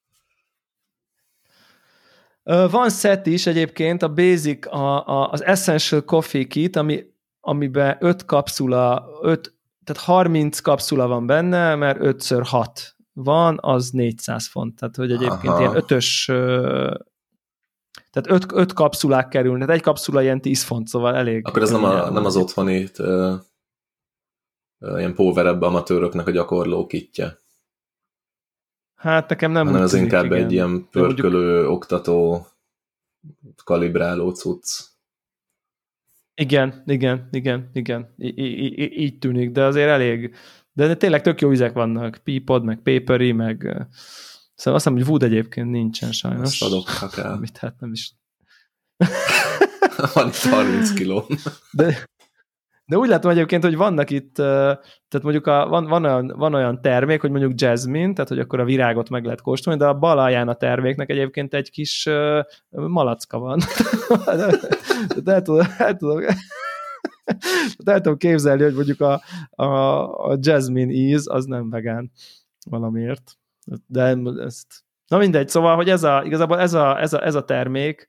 Van set is egyébként, a Basic, az Essential Coffee Kit, amiben 5 kapszula, tehát 30 kapszula van benne, mert 5x6 van, az 400 font. Tehát, hogy egyébként ilyen 5-ös, tehát 5 kapszulák kerülnek, tehát egy kapszula ilyen 10 font, szóval elég. Akkor ez nem az otthoni ilyen póverebb amatőröknek a gyakorló kitje. Hát nekem nem hanem ez inkább igen. Egy ilyen pörkölő, mondjuk... oktató, kalibráló cucc. Igen. Így tűnik, de azért elég. De tényleg tök jó ízek vannak. Peapod, meg Papery, meg... Szóval azt hiszem, hogy Wood egyébként nincsen sajnos. Azt adok, ha kell. Amit hát nem is... Van itt 30 kiló. De úgy látom egyébként, hogy vannak itt, tehát mondjuk van olyan termék, hogy mondjuk jasmine, tehát hogy akkor a virágot meg lehet kóstolni, de a bal alján a terméknek egyébként egy kis malacka van. De el tudom képzelni, hogy mondjuk a jasmine íz az nem vegán valamiért. De ezt... Na mindegy, szóval, hogy igazából ez a termék,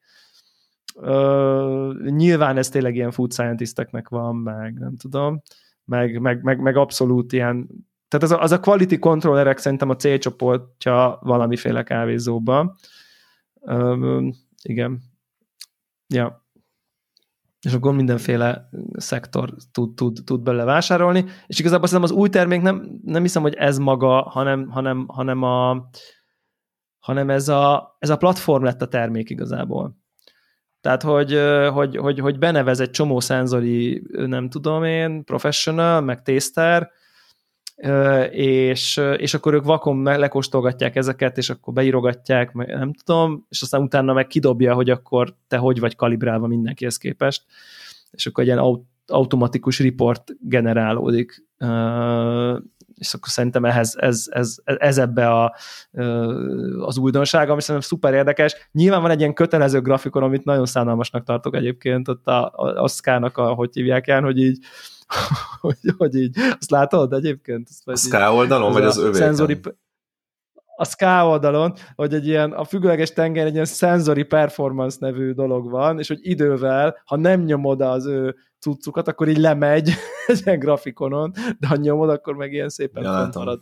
nyilván ez tényleg ilyen food scientisteknek van, meg nem tudom, meg abszolút ilyen, tehát az a quality controllerek szerintem a célcsoportja valamiféle kávézóban. Igen. Ja. És akkor mindenféle szektor tud bele vásárolni, és igazából szerintem az új termék nem hiszem, hogy ez maga, hanem ez a platform lett a termék igazából. Tehát, hogy benevez egy csomó szenzori, nem tudom én, professional, meg taster, és akkor ők vakon lekóstolgatják ezeket, és akkor beírogatják, meg nem tudom, és aztán utána meg kidobja, hogy akkor te hogy vagy kalibrálva mindenkihez képest, és akkor egy ilyen automatikus report generálódik. És akkor szerintem ez ebbe az újdonság, ami szerintem szuper érdekes. Nyilván van egy ilyen kötelező grafikon, amit nagyon szánalmasnak tartok egyébként, ott a SK-nak, hogy hívják el, hogy így, hogy így, azt látod egyébként? A SK oldalon, vagy az övéken? A SK oldalon, hogy egy ilyen, a függőleges tenger egy ilyen sensory performance nevű dolog van, és hogy idővel, ha nem nyomod az ő cuccukat, akkor így lemegy egy ilyen grafikonon, de ha nyomod, akkor meg ilyen szépen font marad.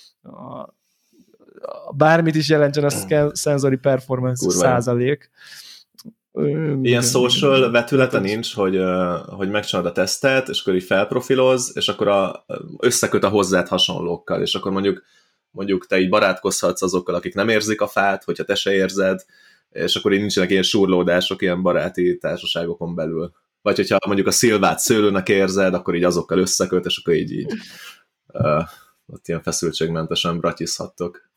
Bármit is jelentsen a sensory performance százalék. Ilyen social vetülete nincs, hogy megcsinálod a tesztet, és akkor így felprofiloz, és akkor összeköt a hozzád hasonlókkal, és akkor mondjuk te így barátkozhatsz azokkal, akik nem érzik a fát, hogyha te se érzed, és akkor így nincsenek ilyen surlódások ilyen baráti társaságokon belül. Vagy hogyha mondjuk a szilvát szőlőnek érzed, akkor így azokkal összeköt, és akkor így ott ilyen feszültségmentesen bratyizhattok.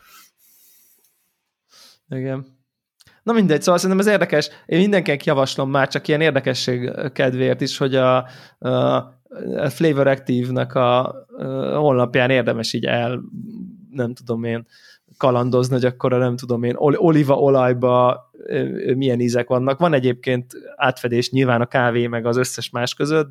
Igen. Na mindegy, szóval szerintem ez érdekes. Én mindenkinek javaslom már, csak ilyen érdekesség kedvéért is, hogy a Flavor Active-nek a honlapján érdemes így nem tudom én, kalandozni, hogy akkor nem tudom én, olívaolajba milyen ízek vannak. Van egyébként átfedés nyilván a kávé meg az összes más között,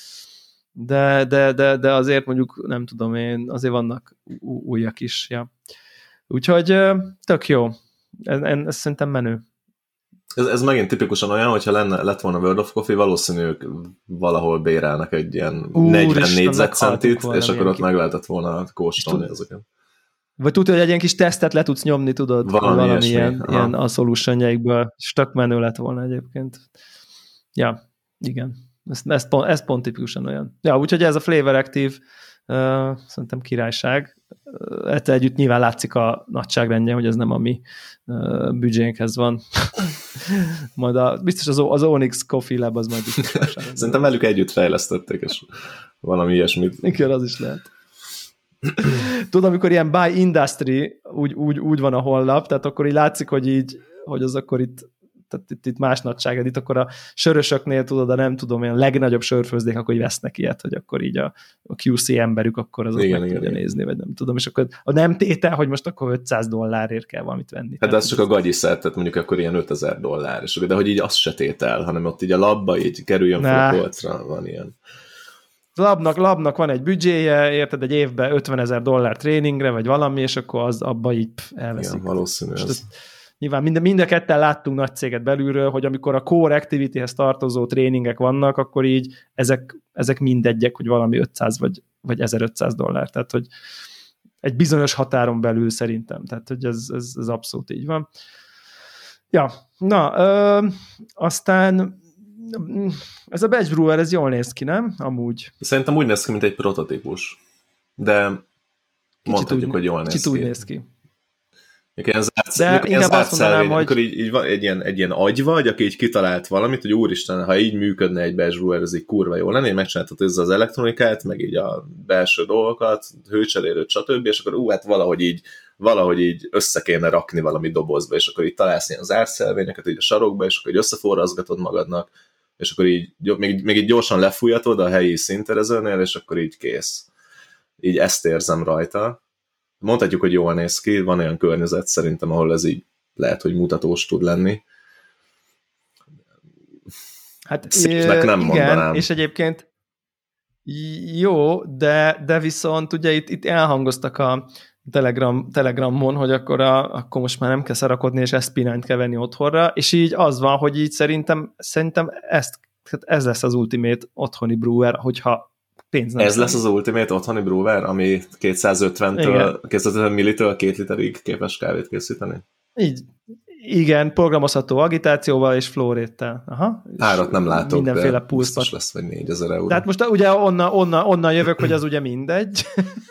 de azért mondjuk nem tudom én, azért vannak újak is. Ja. Úgyhogy tök jó. Ez szerintem menő. Ez megint tipikusan olyan, hogyha lett volna World of Coffee, valószínűleg valahol bérelnek egy ilyen 40 négyzetcentit, és akkor ott meg lehetett volna kóstolni ezeket. Vagy tudod, hogy egy ilyen kis tesztet le tudsz nyomni, tudod, valami ilyen a solutionjaikből, és tök menő lett volna egyébként. Ja, igen. Ez pont tipikusan olyan. Ja, úgyhogy ez a Flavor Active szerintem királyság. Ettől együtt nyilván látszik a nagyságrendje, hogy ez nem a mi büdzsénkhez van. Majd biztos az Onyx Coffee Lab az majd biztos. Szerintem velük együtt fejlesztették, és valami ilyesmit. Igen, az is lehet. Tudod, amikor ilyen by industry úgy van a honlap, tehát akkor így látszik, hogy az akkor itt más nagyságrend, itt akkor a sörösöknél tudod, nem tudom, olyan legnagyobb sörfőzdék, akkor így vesznek ilyet, hogy akkor így a QC emberük akkor az meg tudja nézni, vagy nem tudom, és akkor a nem tétel, hogy most akkor $500 kell valamit venni. Hát ez csak a gagyiszert, tehát mondjuk akkor ilyen $5000, de hogy így az se tétel, hanem ott így a labba így kerüljön fel a polcra, van ilyen. Labnak van egy büdzséje, érted, egy évben $50,000 tréningre, vagy valami, és akkor az abba így elveszik. Igen, valószínű ez. Nyilván mind a ketten láttunk nagy céget belülről, hogy amikor a core activity-hez tartozó tréningek vannak, akkor így ezek mindegyek, hogy valami 500 vagy $1500. Tehát, hogy egy bizonyos határon belül szerintem. Tehát, hogy ez abszolút így van. Ja, na, aztán ez a Batch Brewer, ez jól néz ki, nem? Amúgy. Szerintem úgy néz ki, mint egy prototípus. De mondhatjuk, hogy jól néz ki. Kicsit úgy néz ki. De inkább azt mondanám, hogy... Amikor így van egy ilyen agy vagy, aki így kitalált valamit, hogy úristen, ha így működne egy Batch Brewer, ez így kurva jó lenne, hogy megcsináltad ezzel az elektronikát, meg így a belső dolgokat, hőcserélőt, stb., és akkor hát valahogy így össze kéne rakni valami dobozba, és akkor így találsz ilyen zárszelvényeket így a sarokba, és akkor így összeforrazgatod magadnak, és akkor így még így gyorsan lefújatod a helyi színterezőnél, és akkor így kész. Így ezt érzem rajta. Mondhatjuk, hogy jól néz ki, van olyan környezet szerintem, ahol ez így lehet, hogy mutatós tud lenni. Hát szépnek nem igen, mondanám. És egyébként jó, de viszont ugye itt elhangoztak a Telegramon, hogy akkor most már nem kell szarakodni, és SP9-t kell venni otthonra, és így az van, hogy így szerintem ez lesz az ultimate otthoni brewer, hogyha pénz nem. Ez lesz az ultimate otthoni brewer, ami 250 millitől 2 literig képes kávét készíteni? Így. Igen, programozható agitációval és flóréttel. Aha. Árat nem látok, mindenféle de biztos lesz vagy 4000 euró. Tehát most ugye onnan jövök, hogy az ugye mindegy.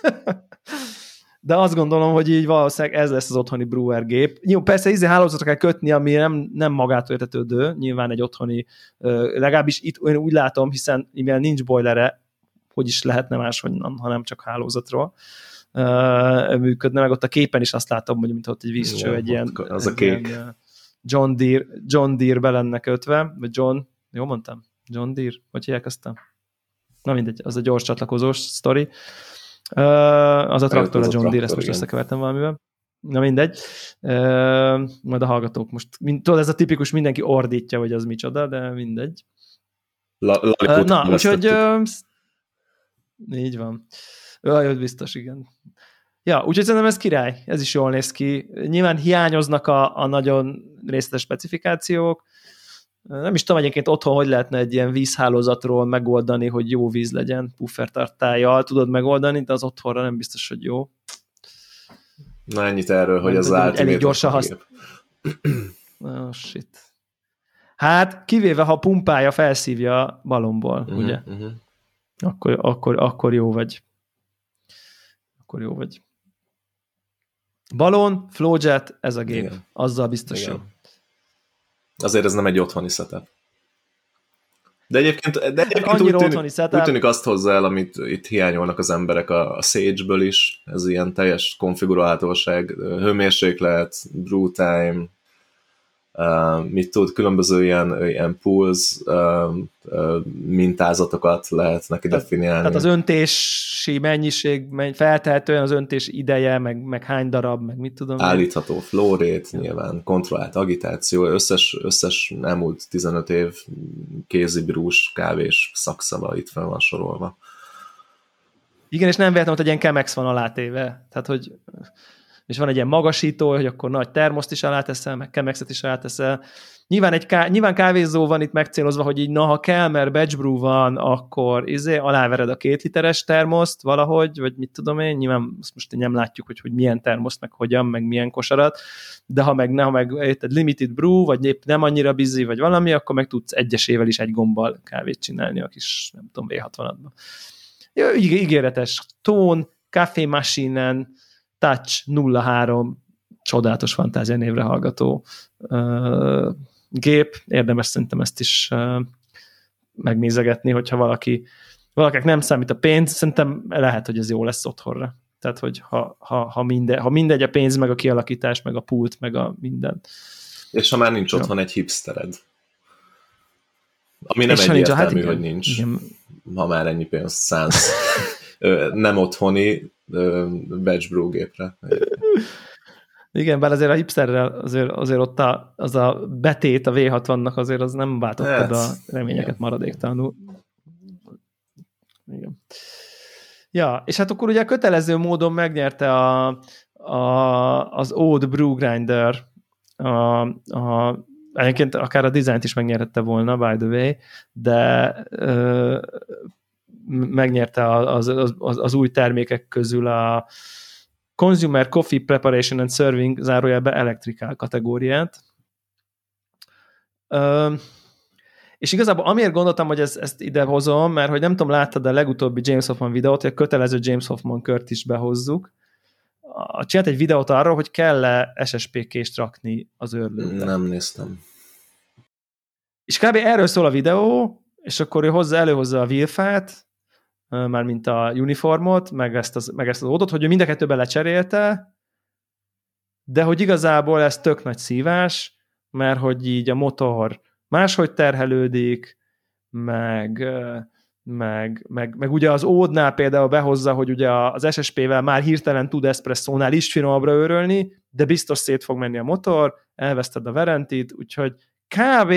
De azt gondolom, hogy így valószínűleg ez lesz az otthoni brewer gép. Jó, persze hálózatra kell kötni, ami nem magától értetődő, nyilván egy otthoni, legalábbis itt én úgy látom, hiszen mivel nincs boilere, hogy is lehetne máshonnan, hanem csak hálózatról működne, meg ott a képen is azt látom, hogy mint ott egy vízcső, egy ilyen, az a kék. John Deere be lenne kötve, vagy John, jól mondtam? John Deere? Hogy hívják azt? Na mindegy, az a gyors csatlakozós sztori. Az a traktor, a John Deere, ezt most összekevertem valamivel. Na mindegy. Majd a hallgatók most, tudod, ez a tipikus, mindenki ordítja, hogy az micsoda, de mindegy. Na, úgyhogy így van. Biztos, igen. Ja, úgyhogy szerintem ez király, ez is jól néz ki. Nyilván hiányoznak a nagyon részletes specifikációk. Nem is tudom egyébként otthon, hogy lehetne egy ilyen vízhálózatról megoldani, hogy jó víz legyen, puffertartállyal tudod megoldani, de az otthonra nem biztos, hogy jó. Na ennyit erről, hogy az Ultimate elég gyorsan Oh, shit. Hát, kivéve, ha pumpája felszívja balomból, ugye? Akkor jó vagy. Akkor jó vagy. Balon, flowjet, ez a gép. Igen. Azzal biztos jó. Azért ez nem egy otthoni setup. De egyébként úgy tűnik azt hozzá el, amit itt hiányolnak az emberek a Sage-ből is. Ez ilyen teljes konfigurálhatóság, hőmérséklet, brew time, mit tud, különböző ilyen pools mintázatokat lehet neki definiálni. Tehát az öntési mennyiség, feltehetően az öntés ideje, meg hány darab, meg mit tudom. Állítható flow rate, nyilván kontrollált agitáció, összes elmúlt 15 év kézibrús kávés szakszava itt fel van sorolva. Igen, és nem véletlenül, hogy ilyen Chemex van alátéve. Tehát, hogy és van egy ilyen magasító, hogy akkor nagy termoszt is aláteszel, meg Chemexet is aláteszel. Nyilván kávézó van itt megcélozva, hogy így, ha kell, mert batch brew van, akkor alávered a 2 literes termoszt valahogy, vagy mit tudom én, nyilván most nem látjuk, hogy milyen termoszt, meg hogyan, meg milyen kosarat, de ha meg limited brew, vagy épp nem annyira busy, vagy valami, akkor meg tudsz egyesével is egy gombbal kávét csinálni a kis, nem tudom, V60-adban. Ígéretes tón, Café Machine-en, Touch 03, csodálatos fantázia névre hallgató gép. Érdemes szerintem ezt is megnézegetni, hogyha valakinek nem számít a pénz, szerintem lehet, hogy ez jó lesz otthonra. Tehát, hogy ha mindegy a pénz, meg a kialakítás, meg a pult, meg a minden. És ha már nincs otthon egy hipstered. Ami nem egyértelmű, hogy nincs. Igen. Ha már ennyi pénzt szánsz nem otthoni batch brew gépre. Igen, bár azért a hipsterrel azért ott az a betét a V60-nak azért az nem váltottad a reményeket maradéktalanul. Igen. Ja, és hát akkor ugye kötelező módon megnyerte az Oud Brew Grinder egyébként akár a dizájnt is megnyerhette volna, by the way, de megnyerte az új termékek közül a Consumer Coffee Preparation and Serving zárójelbe Electrical kategóriát. És igazából amiért gondoltam, hogy ezt ide hozom, mert hogy nem tudom, láttad a legutóbbi James Hoffman videót, hogy a kötelező James Hoffman kört is behozzuk. Csinált egy videót arról, hogy kell-e SSP-kést rakni az őrlőbe. Nem néztem. És kb. Erről szól a videó, és akkor ő előhozza a Wilfát, mármint a uniformot, meg ezt az ódot, hogy ő mind a kettőben lecserélte, de hogy igazából ez tök nagy szívás, mert hogy így a motor máshogy terhelődik, meg ugye az ódnál például behozza, hogy ugye az SSP-vel már hirtelen tud eszpresszónál is finomabbra őrölni, de biztos szét fog menni a motor, elveszted a verentit, úgyhogy kb.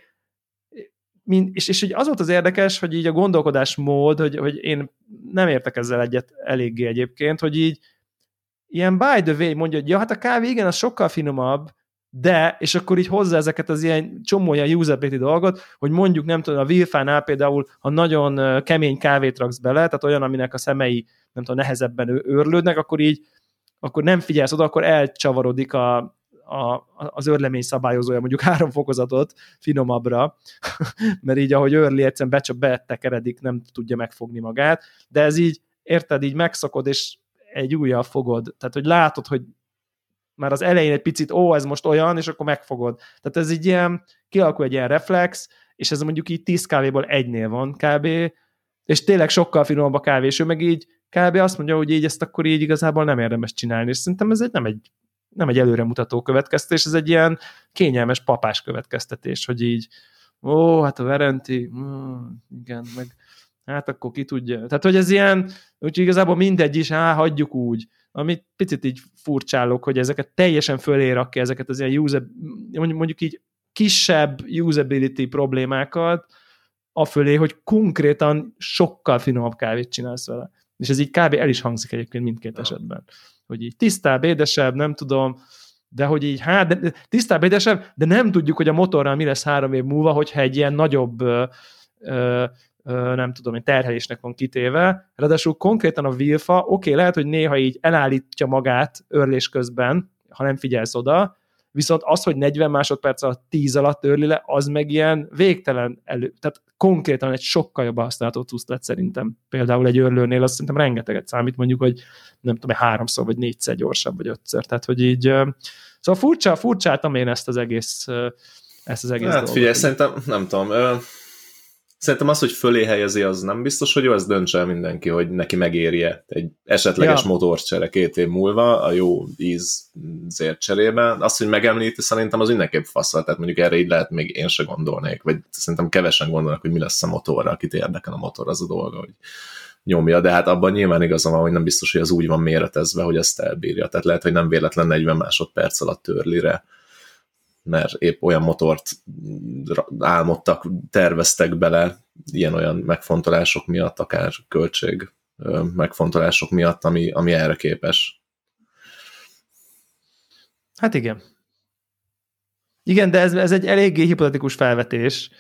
És az volt az érdekes, hogy így a gondolkodásmód, hogy én nem értek ezzel egyet eléggé egyébként, hogy így ilyen by the way mondja, hogy ja, hát a kávé igen, az sokkal finomabb, de, és akkor így hozzá ezeket az ilyen csomó ilyen usability dolgot, hogy mondjuk nem tudom, a Wilfánál például, ha nagyon kemény kávét raksz bele, tehát olyan, aminek a szemei nem tudom, nehezebben őrlődnek, akkor nem figyelsz oda, akkor elcsavarodik az őrlemény szabályozója mondjuk 3 fokozatot finomabbra, mert így ahogy őrli, egyszerűen betekeredik, nem tudja megfogni magát, de ez így, érted, így megszokod, és egy ujjal fogod. Tehát, hogy látod, hogy már az elején egy picit, ez most olyan, és akkor megfogod. Tehát ez így ilyen, kialakul egy ilyen reflex, és ez mondjuk így 10 kávéból 1-nél van kb. És tényleg sokkal finomabb a kávé, és ő meg így kb. Azt mondja, hogy így ezt akkor így igazából nem érdemes csinálni, és szerintem ez nem egy előremutató következtetés, ez egy ilyen kényelmes papás következtetés, hogy így, hát a Verenti, igen, meg hát akkor ki tudja. Tehát, hogy ez ilyen, úgyhogy igazából mindegy is, hagyjuk úgy. Amit picit így furcsálok, hogy ezeket teljesen fölé rakja, ezeket az ilyen mondjuk így kisebb usability problémákat afölé, hogy konkrétan sokkal finomabb kávét csinálsz vele. És ez így kb. El is hangzik egyébként mindkét esetben. Hogy így tisztább, édesebb, nem tudom, de hogy így, de tisztább, édesebb, de nem tudjuk, hogy a motorral mi lesz 3 év múlva, hogyha egy ilyen nagyobb nem tudom, egy terhelésnek van kitéve. Ráadásul konkrétan a Wilfa, lehet, hogy néha így elállítja magát őrlés közben, ha nem figyelsz oda, viszont az, hogy 40 másodperc alatt 10 alatt őrli le, az meg ilyen végtelen tehát konkrétan egy sokkal jobb használatot tudsz lett szerintem. Például egy őrlőnél azt szerintem rengeteget számít, mondjuk, hogy nem tudom, 3-szor vagy 4-szer gyorsabb, vagy 5-szer. Tehát, hogy így szóval furcsáltam én ezt az egész dolgot. Figyelj, szerintem, nem tudom, szerintem az, hogy fölé helyezi, az nem biztos, hogy jó, ezt döntse el mindenki, hogy neki megérje egy esetleges motorcsere 2 év múlva a jó ízért cserében. Az, hogy megemlíti, szerintem az mindenképp faszal, tehát mondjuk erre így lehet még én se gondolnék, vagy szerintem kevesen gondolnak, hogy mi lesz a motorra, akit érdekel a motor, az a dolga, hogy nyomja, de hát abban nyilván igazam van, hogy nem biztos, hogy az úgy van méretezve, hogy ezt elbírja. Tehát lehet, hogy nem véletlen 40 másodperc alatt törlire, mert épp olyan motort álmodtak, terveztek bele ilyen-olyan megfontolások miatt, akár költség megfontolások miatt, ami erre képes. Hát igen. Igen, de ez egy eléggé hipotetikus felvetés,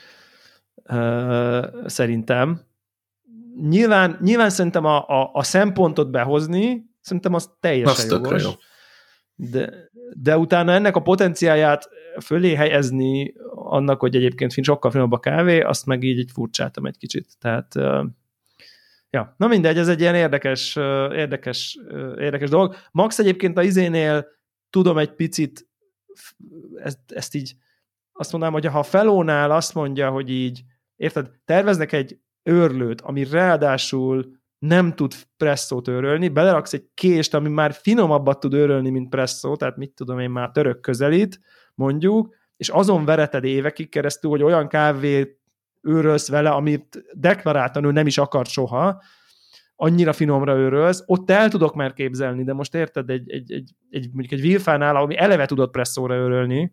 szerintem. Nyilván szerintem a szempontot behozni, szerintem az teljesen jogos. Jó. De utána ennek a potenciáját fölé helyezni annak, hogy egyébként sokkal finomabb a kávé, azt meg így furcsáltam egy kicsit. Tehát, ja, na mindegy, ez egy ilyen érdekes dolog. Max egyébként a izénél tudom egy picit ezt így azt mondanám, hogy ha a Felónál azt mondja, hogy így, érted, terveznek egy őrlőt, ami ráadásul nem tud presszót őrölni, beleraksz egy kést, ami már finomabbat tud őrölni, mint presszó, tehát mit tudom én, már török közelít, mondjuk, és azon vereted évekig keresztül, hogy olyan kávét őrölsz vele, amit deklaráltan ő nem is akart soha, annyira finomra őrölsz, ott el tudok már képzelni, de most érted, mondjuk egy Wilfánál, ami eleve tudott presszóra őrölni,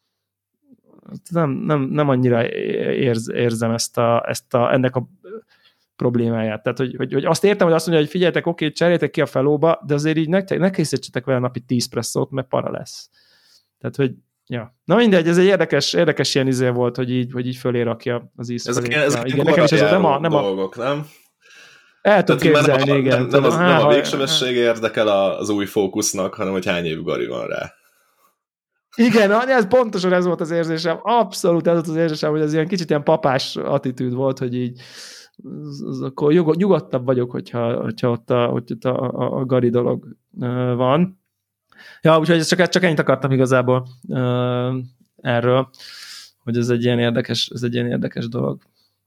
nem annyira érzem ennek a problémáját. Tehát, hogy azt értem, hogy azt mondja, hogy figyeljetek, oké, cseréljetek ki a Felóba, de azért így ne készítsetek vele napi 10 presszót, mert para lesz. Tehát, hogy ja. Na mindegy, ez egy érdekes ilyen izé volt, hogy így fölé rakja az íz felé. Ezek nekem is ez nem a dolgok, nem? El tudom képzelni, igen. Nem a végsebesség érdekel az új fókusznak, hanem hogy hány év gari van rá. Igen, ez pontosan ez volt az érzésem. Abszolút ez volt az érzésem, hogy ez ilyen kicsit ilyen papás attitűd volt, hogy így akkor nyugodtabb vagyok, hogyha ott a gari dolog van. Ja, úgyhogy csak ennyit akartam igazából erről, hogy ez egy ilyen érdekes dolog.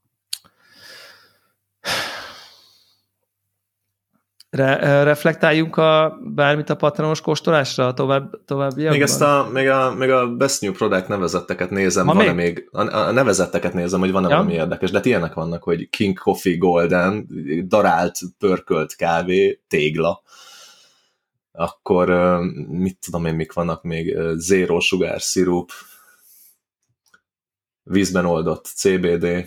Reflektáljunk bármit a patronos kóstolásra a továbbiakban? Még a Best New Product nevezetteket nézem, van-e még? A nevezetteket nézem, hogy van-e valami érdekes, de ilyenek vannak, hogy King Coffee Golden, darált, pörkölt kávé, tégla. Akkor mit tudom én, mik vannak még, zero sugar szirup, vízben oldott CBD,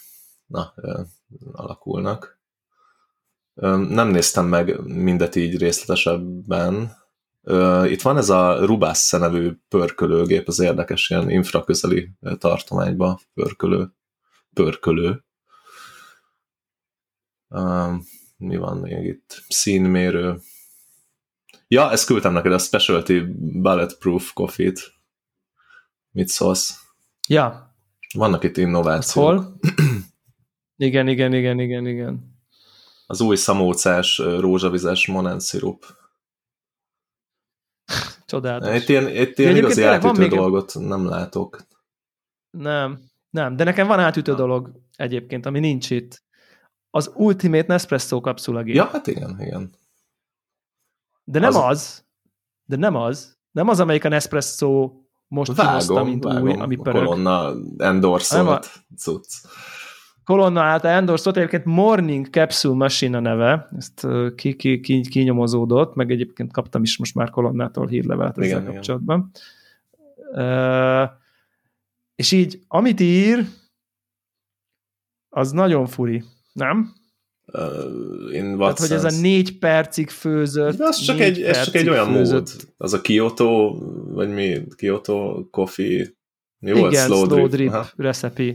alakulnak. Nem néztem meg mindet így részletesebben. Itt van ez a Rubasse nevű pörkölőgép, az érdekes, ilyen infraközeli tartományba pörkölő. Mi van még itt? Színmérő. Ja, ezt küldtem neked, a Specialty Bulletproof Coffee-t. Mit szólsz? Ja. Vannak itt innovációk. Hol? Igen. Az új szamócás, rózsavizes Monent szirup. Csodálatos. Itt ilyen igazi átütő dolgot nem látok. Nem, de nekem van átütő dolog egyébként, ami nincs itt. Az Ultimate Nespresso kapszulagép. Ja, hát igen. De nem az, amelyik a Nespresso most kihozta, mint új, ami pörög. Kolonna endorsolt cucc. Kolonna által endorsolt, egyébként Morning Capsule Machine a neve, ezt kinyomozódott, meg egyébként kaptam is most már Kolonnától hírlevelet ezzel kapcsolatban. És így, amit ír, az nagyon furi, nem? Tehát, hogy ez a 4 percig főzött. De ez csak egy olyan mód. Az a Kyoto, vagy mi? Kyoto Coffee. Mi volt? Igen, slow drip recipe.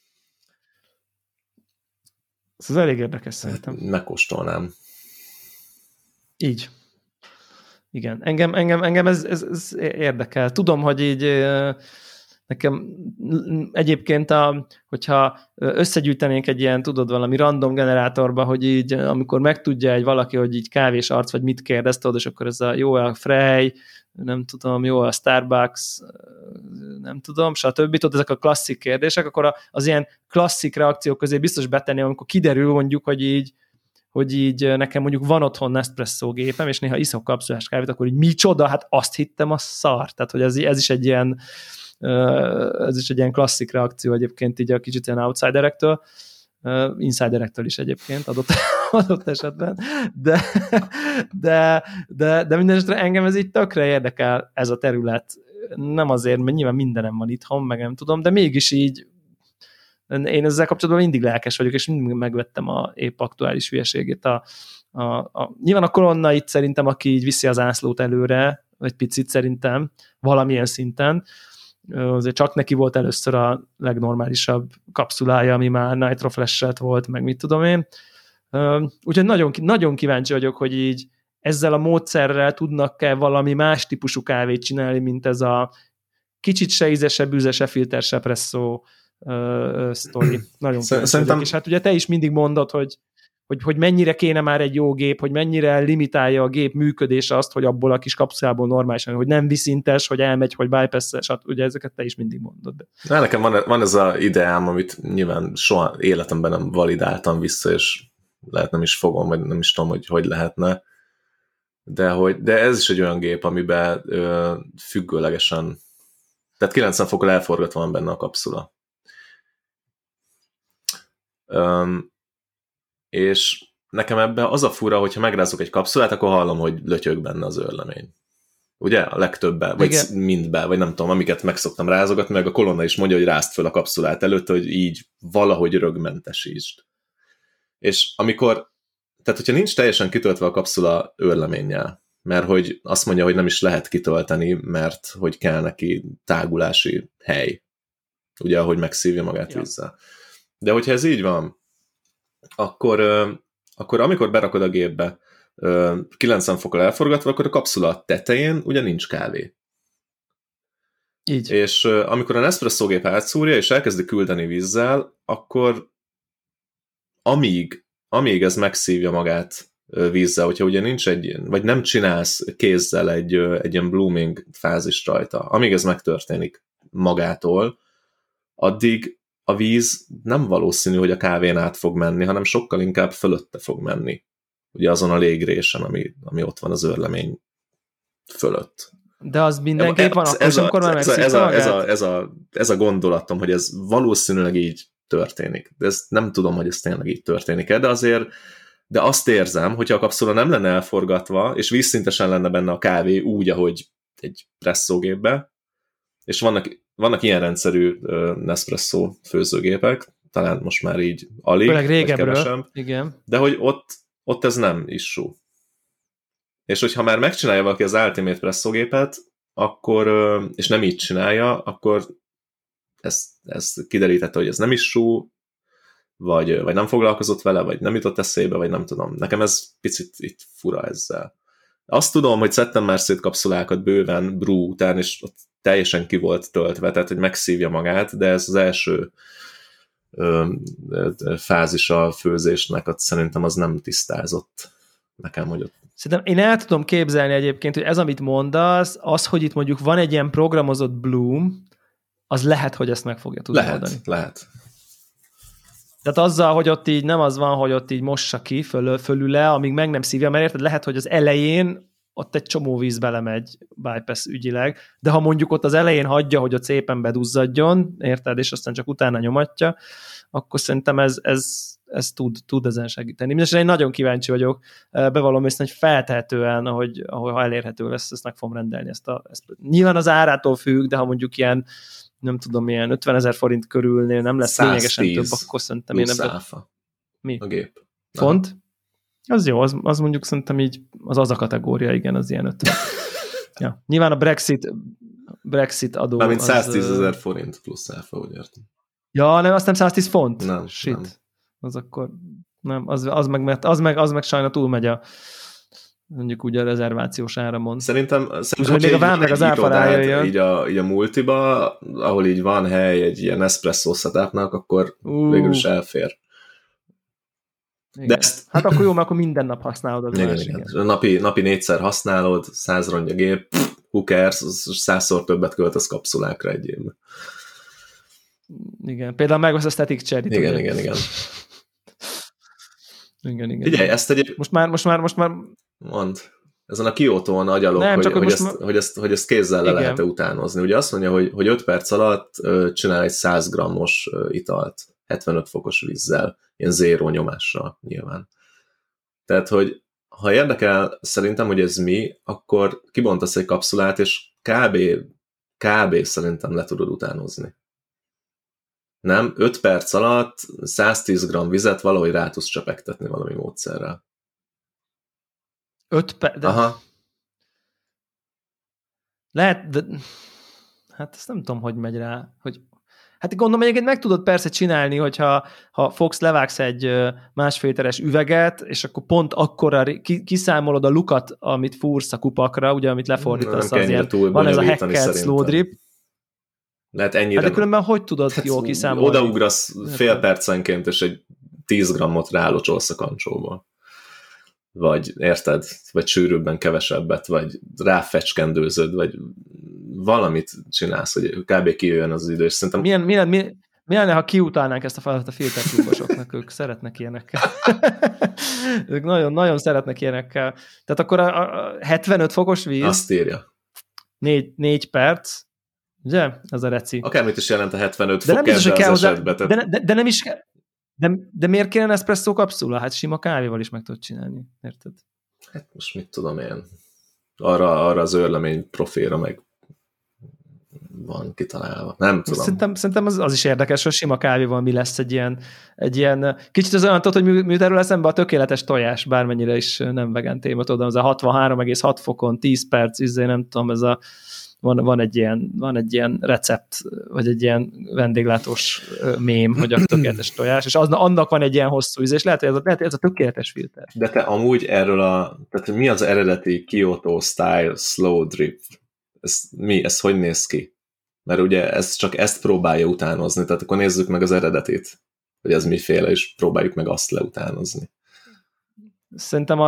Ez elég érdekes szerintem. Megkóstolnám. Így. Igen. Engem ez érdekel. Tudom, hogy így nekem egyébként, hogyha összegyűjtenénk egy ilyen, tudod, valami random generátorba, hogy így, amikor megtudja egy valaki, hogy így kávés arc, vagy mit kérdez, tudod, és akkor ez a jó a Frey, nem tudom, jó a Starbucks, nem tudom, stb. Tudod, ezek a klasszik kérdések, akkor az ilyen klasszik reakciók közé biztos betenném, amikor kiderül mondjuk, hogy így nekem mondjuk van otthon Nespresso gépem, és néha iszok kapszulás kávét, akkor így micsoda, hát azt hittem, a szar. Tehát, hogy ez is egy ilyen klasszik reakció egyébként így a kicsit ilyen outsiderektől, insiderektől is egyébként adott esetben, de minden esetre engem ez így tökre érdekel ez a terület. Nem azért, mert nyilván mindenem van itthon, meg nem tudom, de mégis így én ezzel kapcsolatban mindig lelkes vagyok, és mindig megvettem a épp aktuális hülyeségét. Nyilván a Kolonna itt szerintem, aki így viszi az ászlót előre, egy picit szerintem, valamilyen szinten. Azért csak neki volt először a legnormálisabb kapszulája, ami már Nitro Flash-et volt, meg mit tudom én. Úgyhogy nagyon, nagyon kíváncsi vagyok, hogy így ezzel a módszerrel tudnak-e valami más típusú kávét csinálni, mint ez a kicsit se íze, se bűze, se filter, se presszó sztori. Nagyon kíváncsi vagyok. És hát ugye te is mindig mondod, hogy mennyire kéne már egy jó gép, hogy mennyire limitálja a gép működése azt, hogy abból a kis kapszulából normálisan, hogy nem viszintes, hogy elmegy, hogy bypass-es, ugye ezeket te is mindig mondod. De nekem van ez az ideám, amit nyilván soha életemben nem validáltam vissza, és lehet nem is fogom, vagy nem is tudom, hogy lehetne. De ez is egy olyan gép, amiben függőlegesen, tehát 90 fokkal elforgatva van benne a kapszula. És nekem ebben az a fura, hogyha megrázok egy kapszulát, akkor hallom, hogy lötyög benne az őrlemény. Ugye? A legtöbben, vagy mindben, vagy nem tudom, amiket megszoktam rázogatni, meg a kolonna is mondja, hogy rázd föl a kapszulát előtt, hogy így valahogy rögmentesítsd. És amikor, tehát hogyha nincs teljesen kitöltve a kapszula őrleménnyel, mert hogy azt mondja, hogy nem is lehet kitölteni, mert hogy kell neki tágulási hely. Ugye, ahogy megszívja magát vízzel. De hogyha ez így van, akkor amikor berakod a gépbe 90 fokkal elforgatva, akkor a kapszula tetején ugye nincs kávé. Így. És amikor a Nespresso gép átszúrja, és elkezdi küldeni vízzel, akkor amíg ez megszívja magát vízzel, hogyha ugye nincs vagy nem csinálsz kézzel egy ilyen blooming fázist rajta, amíg ez megtörténik magától, addig a víz nem valószínű, hogy a kávén át fog menni, hanem sokkal inkább fölötte fog menni. Ugye azon a légrésen, ami ott van az őrlemény fölött. De az mindenképp van, akkor amikor már ez a gondolatom, hogy ez valószínűleg így történik. De ezt nem tudom, hogy ez tényleg így történik-e, de azt érzem, hogyha a kapszula nem lenne elforgatva, és vízszintesen lenne benne a kávé úgy, ahogy egy presszógépbe, és vannak ilyen rendszerű Nespresso főzőgépek, talán most már így alig, vagy kevesebb, igen. de hogy ott ez nem issue. És hogyha már megcsinálja valaki az Ultimate presszógépet, akkor, és nem így csinálja, akkor ez kiderítette, hogy ez nem issue, vagy nem foglalkozott vele, vagy nem jutott eszébe, vagy nem tudom. Nekem ez picit itt fura ezzel. Azt tudom, hogy szedtem már szétkapszulákat bőven brew után, és ott teljesen ki volt töltve, tehát hogy megszívja magát, de ez az első fázis a főzésnek, ott szerintem az nem tisztázott nekem, hogy ott. Szerintem én el tudom képzelni egyébként, hogy ez, amit mondasz, az, hogy itt mondjuk van egy ilyen programozott bloom, az lehet, hogy ezt meg fogja tudni oldani. Lehet. Tehát azzal, hogy ott így nem az van, hogy ott így mossa ki fölüle, amíg meg nem szívja, mert érted, lehet, hogy az elején ott egy csomó víz belemegy bypass ügyileg, de ha mondjuk ott az elején hagyja, hogy ott szépen beduzzadjon, érted, és aztán csak utána nyomatja, akkor szerintem ez tud ezen segíteni. Mindenesetre én nagyon kíváncsi vagyok, bevallom őszintén, hogy feltehetően, ha elérhető lesz, ezt meg fogom rendelni. Ezt nyilván az árától függ, de ha mondjuk ilyen nem tudom, ilyen 50 000 forint körülnél nem lesz lényegesen több, akkor szerintem én ebben... Mi? A gép. Font? Az jó, az mondjuk szerintem így az a kategória, igen, az ilyen 50. Ja. Nyilván a Brexit adó... Mármint 110 000 forint plusz áfa, úgy értem. Ja, nem, azt nem 110 font? Nem. Shit. Nem. Az akkor... Nem, az meg sajna túlmegy mondjuk úgy a rezervációs áramon. Szerintem még a vám meg az áfarája jön. Így a multiba, ahol így van hely egy ilyen espresso setupnak, akkor végül is elfér. De hát akkor jó, mert akkor minden nap használod. Igen. Napi 4-szer használod, 100 rongy a gép, who cares, 100-szor többet költesz kapszulákra egy évben. Igen, például megvesz a static cherry-t. Igen. Igen. Figyelj, ezt egy... Most már... Mondd. Ezen a Kyoto-on agyalok, hogy ezt kézzel le lehet utánozni. Ugye azt mondja, hogy 5 perc alatt csinál egy 100 grammos italt 75 fokos vízzel, ilyen zéró nyomással nyilván. Tehát, hogy ha érdekel szerintem, hogy ez mi, akkor kibontasz egy kapszulát, és kb. Szerintem le tudod utánozni. Nem? 5 perc alatt 110 g vizet valahogy rá tudsz csepegtetni valami módszerrel. 5 perc? Aha. Lehet, de hát ezt nem tudom, hogy megy rá, hogy hát gondolom, egyébként meg tudod persze csinálni, hogyha fogsz, levágsz egy 1,5 literes üveget, és akkor pont akkora kiszámolod a lukat, amit fúrsz a kupakra, ugye, amit lefordítasz az ilyen. Van ez a hackelt slow drip. Lehet ennyire. Hát de különben hogy tudod jól kiszámolni? Odaugrasz fél percenként, és egy 10 grammot rálocsolsz a kancsóból. Vagy érted? Vagy sűrűbben kevesebbet, vagy ráfecskendőzöd, vagy valamit csinálsz, hogy kb. Kijöjjön az idő. Szerintem... Mi lenne, ha kiutálnánk ezt a feladatot a filterklubosoknak? Ők szeretnek ilyenekkel. Ők nagyon szeretnek ilyenekkel. Tehát akkor a 75 fokos víz... Azt írja. 4 perc, ugye? Ez a reci. Akármit is jelent a 75 fok ebben az esetben. De nem is kell... De miért kéne Nespresso kapszula? Hát sima kávéval is meg tudod csinálni. Érted? Hát most mit tudom én. Arra az őrlemény profilra meg van kitalálva. Nem tudom. Szerintem az is érdekes, hogy sima kávéval mi lesz egy ilyen kicsit az olyan, hogy miért erről eszembe a tökéletes tojás, bármennyire is nem vegán téma, tudom, az a 63,6 fokon, 10 perc, nem tudom, ez van egy ilyen recept, vagy egy ilyen vendéglátós mém, hogy a tökéletes tojás, és annak van egy ilyen hosszú íz, és lehet, hogy ez a tökéletes filter. De te amúgy tehát mi az eredeti Kyoto Style Slow Drip? Ez hogy néz ki? Mert ugye ez csak ezt próbálja utánozni, tehát akkor nézzük meg az eredetit, hogy ez miféle, és próbáljuk meg azt leutánozni. Szerintem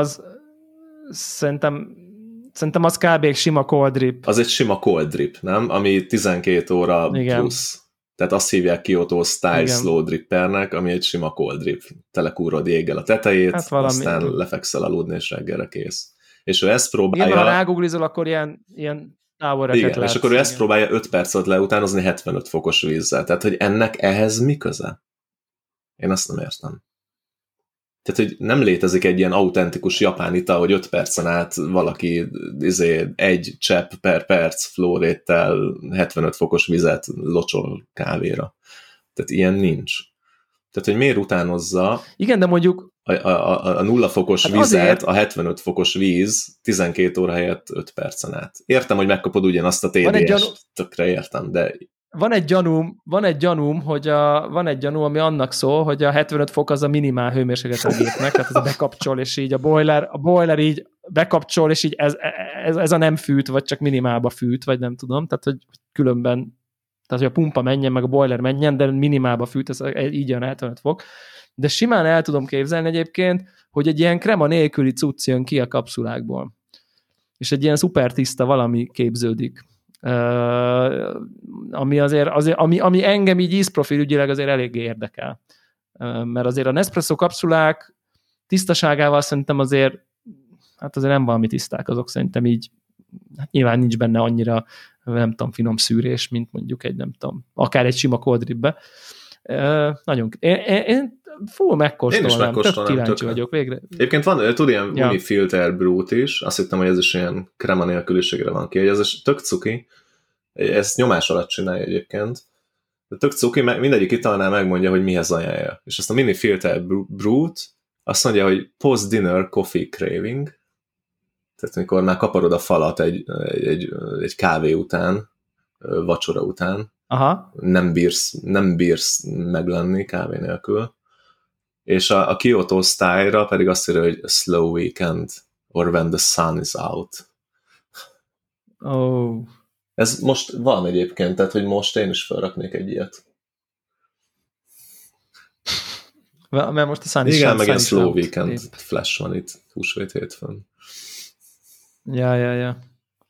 az kb. Sima cold drip. Az egy sima cold drip, nem? Ami 12 óra igen. Plusz. Tehát azt hívják Kyoto Style igen. Slow Drippernek, ami egy sima cold drip. Telekúrod jéggel a tetejét, hát aztán lefekszel aludni, és reggelre kész. És ő ezt próbálja... Igen, ha rágooglizol, akkor ilyen távolreket látsz. És akkor ő ezt próbálja 5 perc alatt leutánozni 75 fokos vízzel. Tehát, hogy ehhez mi köze? Én azt nem értem. Tehát, hogy nem létezik egy ilyen autentikus japán ital, hogy 5 percen át valaki egy csepp per perc flóréttel 75 fokos vizet locsol kávéra. Tehát ilyen nincs. Tehát, hogy miért utánozza igen, de mondjuk a 0 fokos hát vizet, azért... a 75 fokos víz 12 óra helyett 5 percen át. Értem, hogy megkapod ugyanazt a TDS-t, tökre értem, de... Van egy gyanúm, ami annak szól, hogy a 75 fok az a minimál hőmérséklet a gépnek, tehát ez bekapcsol, és így a boiler így bekapcsol, és így ez a nem fűt, vagy csak minimálba fűt, vagy nem tudom, tehát hogy különben, tehát hogy a pumpa menjen, meg a boiler menjen, de minimálba fűt, ez így jön 75 fok. De simán el tudom képzelni egyébként, hogy egy ilyen krema nélküli cucc jön ki a kapszulákból. És egy ilyen szuper tiszta valami képződik. Ami ami engem így ízprofilügyileg azért eléggé érdekel. Mert azért a Nespresso kapszulák tisztaságával szerintem azért nem valami tiszták, azok szerintem így, hát nyilván nincs benne annyira, nem tudom, finom szűrés, mint mondjuk egy, nem tudom, akár egy sima cold dripbe. Nagyon, én megkóstolnám, tök kíváncsi vagyok végre. Egyébként van, tud ilyen unifilter brewt is, azt hittem, hogy ez is ilyen krema nélküliségre van ki, hogy ez is tök cuki, ezt nyomás alatt csinálja egyébként, de tök cuki, mindegyik italnál megmondja, hogy mihez ajánlja. És azt a mini filter brewt azt mondja, hogy post-dinner coffee craving, tehát amikor már kaparod a falat egy kávé után, vacsora után, aha. Nem bírsz meglenni kávé nélkül. És a Kyoto Style-ra pedig azt írja, hogy a slow weekend, or when the sun is out. Oh. Ez most van egyébként, tehát hogy most én is felraknék egy ilyet. Mert most a sun is igen, meg a slow weekend épp. Flash van itt, húsvét hétfőn. Ja.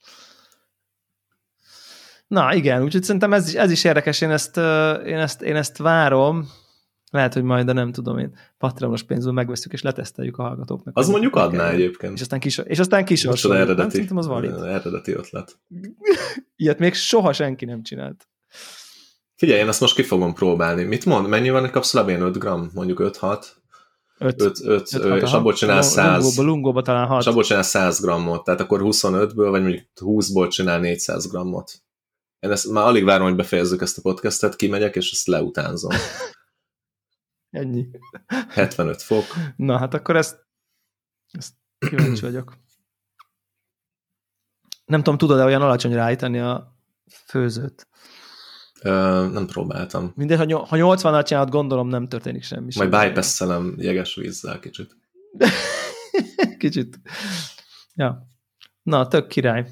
Na igen, úgyhogy szerintem ez is érdekes, én ezt várom, lehet, hogy majd, de nem tudom én, Patreonos pénzből megveszünk és leteszteljük a hallgatóknak. Az mondjuk adná egyébként. És aztán kisorsoljuk. Eredeti ötlet. Ilyet még soha senki nem csinált. Figyelj, én ezt most ki fogom próbálni. Mit mond? Mennyi van egy kapszulában? 5 gram? Mondjuk 5-6? 5, és abból csinál 100. Lungóba talán 6. És abból csinál 100 grammot, tehát akkor 25-ből, vagy mondjuk 20-ból csinál 400 grammot. Én ezt már alig várom, hogy befejezzük ezt a podcastet, kimegyek, és ezt leutánzom. Ennyi. 75 fok. Na, hát akkor ezt kíváncsi vagyok. Nem tudom, tudod-e olyan alacsonyra állítani a főzőt? Nem próbáltam. Mindegy, ha 80-at csinálod, gondolom nem történik semmi. Majd bypass-elem jeges vízzel kicsit. Kicsit. Ja. Na, tök király.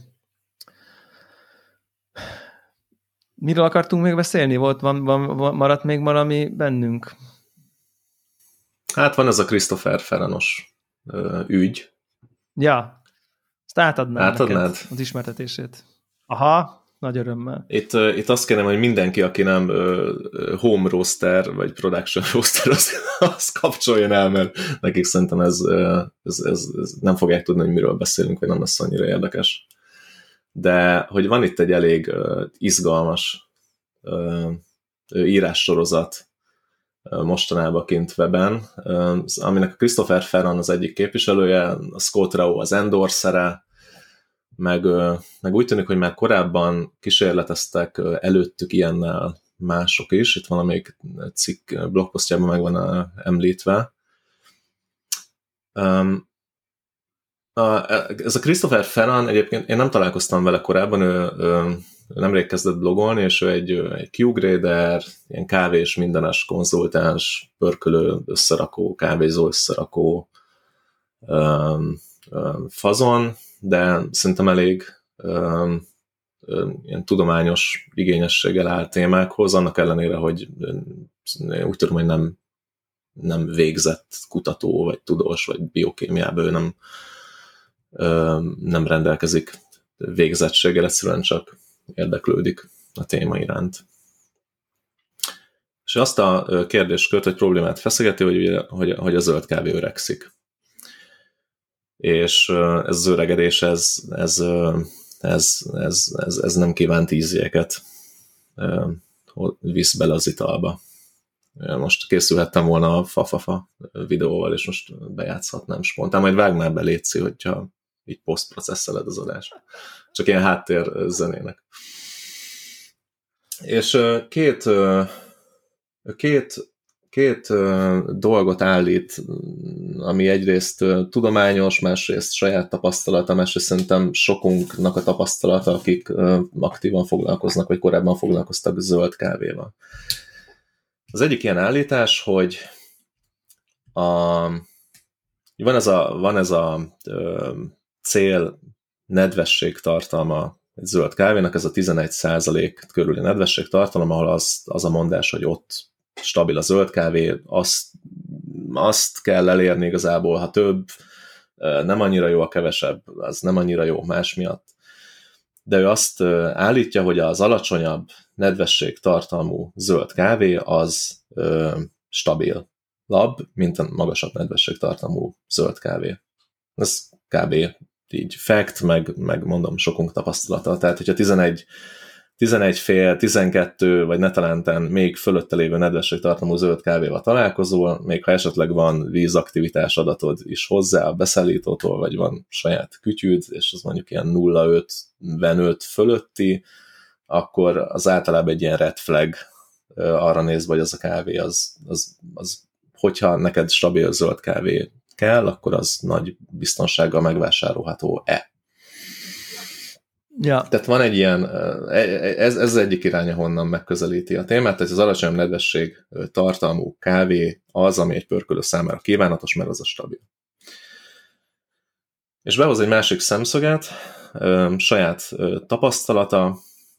Miről akartunk még beszélni? Maradt még valami bennünk? Hát van ez a Christopher Ferranos ügy. Ja. Ezt átadnád neked az ismertetését. Aha, nagy örömmel. Itt azt kérem, hogy mindenki, aki nem home roaster, vagy production roaster, az kapcsoljon el, mert nekik szerintem ez nem fogják tudni, hogy miről beszélünk, vagy nem lesz annyira érdekes. De hogy van itt egy elég izgalmas írássorozat mostanában kint weben, aminek a Christopher Ferran az egyik képviselője, a Scott Rao az endorsere, meg úgy tűnik, hogy már korábban kísérleteztek előttük ilyennel mások is, itt valamelyik cikk blogposztjában meg van említve. Ez a Christopher Ferran, egyébként én nem találkoztam vele korábban, ő nemrég kezdett blogolni, és ő egy Q-grader, ilyen kávés mindenes konzultáns, pörkölő összerakó, kávézó összerakó fazon, de szerintem elég ilyen tudományos igényességgel áll témákhoz, annak ellenére, hogy úgy tudom, hogy nem végzett kutató, vagy tudós, vagy biokémiában ő nem rendelkezik végzettséggel, egyszerűen csak érdeklődik a téma iránt. És azt a kérdéskört, hogy problémát feszegeti, hogy a zöld kávé öregszik. És ez az öregedés, ez nem kívánt ízjéket visz bele az italba. Most készülhettem volna a fa videóval, és most bejátszhatnám spontán, majd vágd már be, létszi, hogyha így posztprocesszeled az adást. Csak ilyen háttér zenének. És két dolgot állít, ami egyrészt tudományos, másrészt saját tapasztalata, másrészt szerintem sokunknak a tapasztalata, akik aktívan foglalkoznak, vagy korábban foglalkoztak zöld kávéval. Az egyik ilyen állítás, hogy van ez a cél nedvesség tartalma egy zöld kávénak, ez a 11% körüli nedvesség tartalom, ahol az a mondás, hogy ott stabil a zöld kávé, azt kell elérni igazából, ha több, nem annyira jó, a kevesebb, az nem annyira jó más miatt. De ő azt állítja, hogy az alacsonyabb nedvesség tartalmú zöld kávé az stabilabb, mint a magasabb nedvesség tartalmú zöld kávé. Ez kb. Így fact, meg mondom sokunk tapasztalata. Tehát, hogyha 11 fél, 12 vagy netalánten még fölötte lévő nedvességtartalmú zöld kávéval találkozol, még ha esetleg van vízaktivitás adatod is hozzá a beszállítótól, vagy van saját kütyűd, és az mondjuk ilyen 0,5 fölötti, akkor az általában egy ilyen red flag arra nézve, hogy az a kávé, az hogyha neked stabil zöld kávé kell, akkor az nagy biztonsággal megvásárolható-e. Ja. Tehát van egy ilyen, ez az egyik irány, honnan megközelíti a témát, tehát az alacsonyabb nedvesség tartalmú kávé az, ami egy pörkölő számára kívánatos, mert az a stabil. És behoz egy másik szemszöget, saját tapasztalata,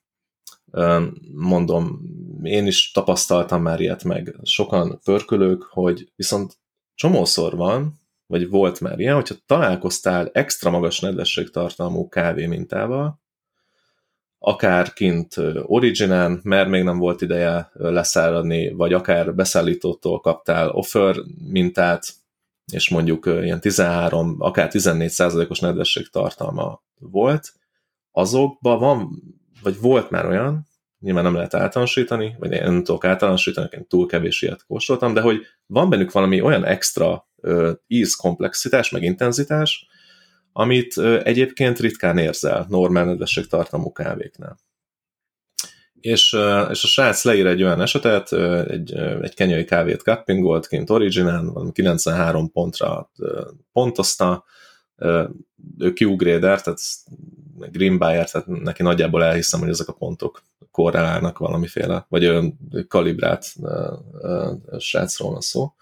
mondom, én is tapasztaltam már ilyet meg sokan pörkölők, hogy viszont csomószor van, vagy volt már ilyen, hogyha találkoztál extra magas nedvességtartalmú kávé mintával, akár kint originán, mert még nem volt ideje leszállni, vagy akár beszállítótól kaptál offer mintát, és mondjuk ilyen 13, akár 14%-os nedvességtartalma volt, azokban van, vagy volt már olyan, nyilván nem lehet általánosítani, vagy én nem tudok általánosítani, én túl kevés ilyet kóstoltam, de hogy van bennük valami olyan extra ízkomplexitás, meg intenzitás, amit egyébként ritkán érzel normál nedvességtartalmú kávéknál. És a srác leír egy olyan esetet, egy kenyai kávét cuppingolt kint originán, valami 93 pontra pontozta, ő Q-grader, tehát Green Buyer, tehát neki nagyjából elhiszem, hogy ezek a pontok korrelálnak valamiféle, vagy olyan kalibrált srácról van szó.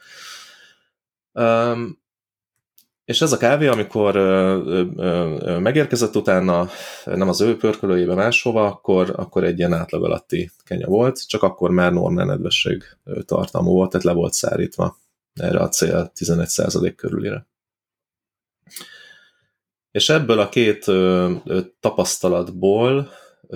És ez a kávé, amikor megérkezett utána, nem az ő pörkölőjébe máshova, akkor egy ilyen átlag alatti kenya volt, csak akkor már normál nedvesség tartalmú volt, tehát le volt szárítva erre a cél 11% körülire. És ebből a két tapasztalatból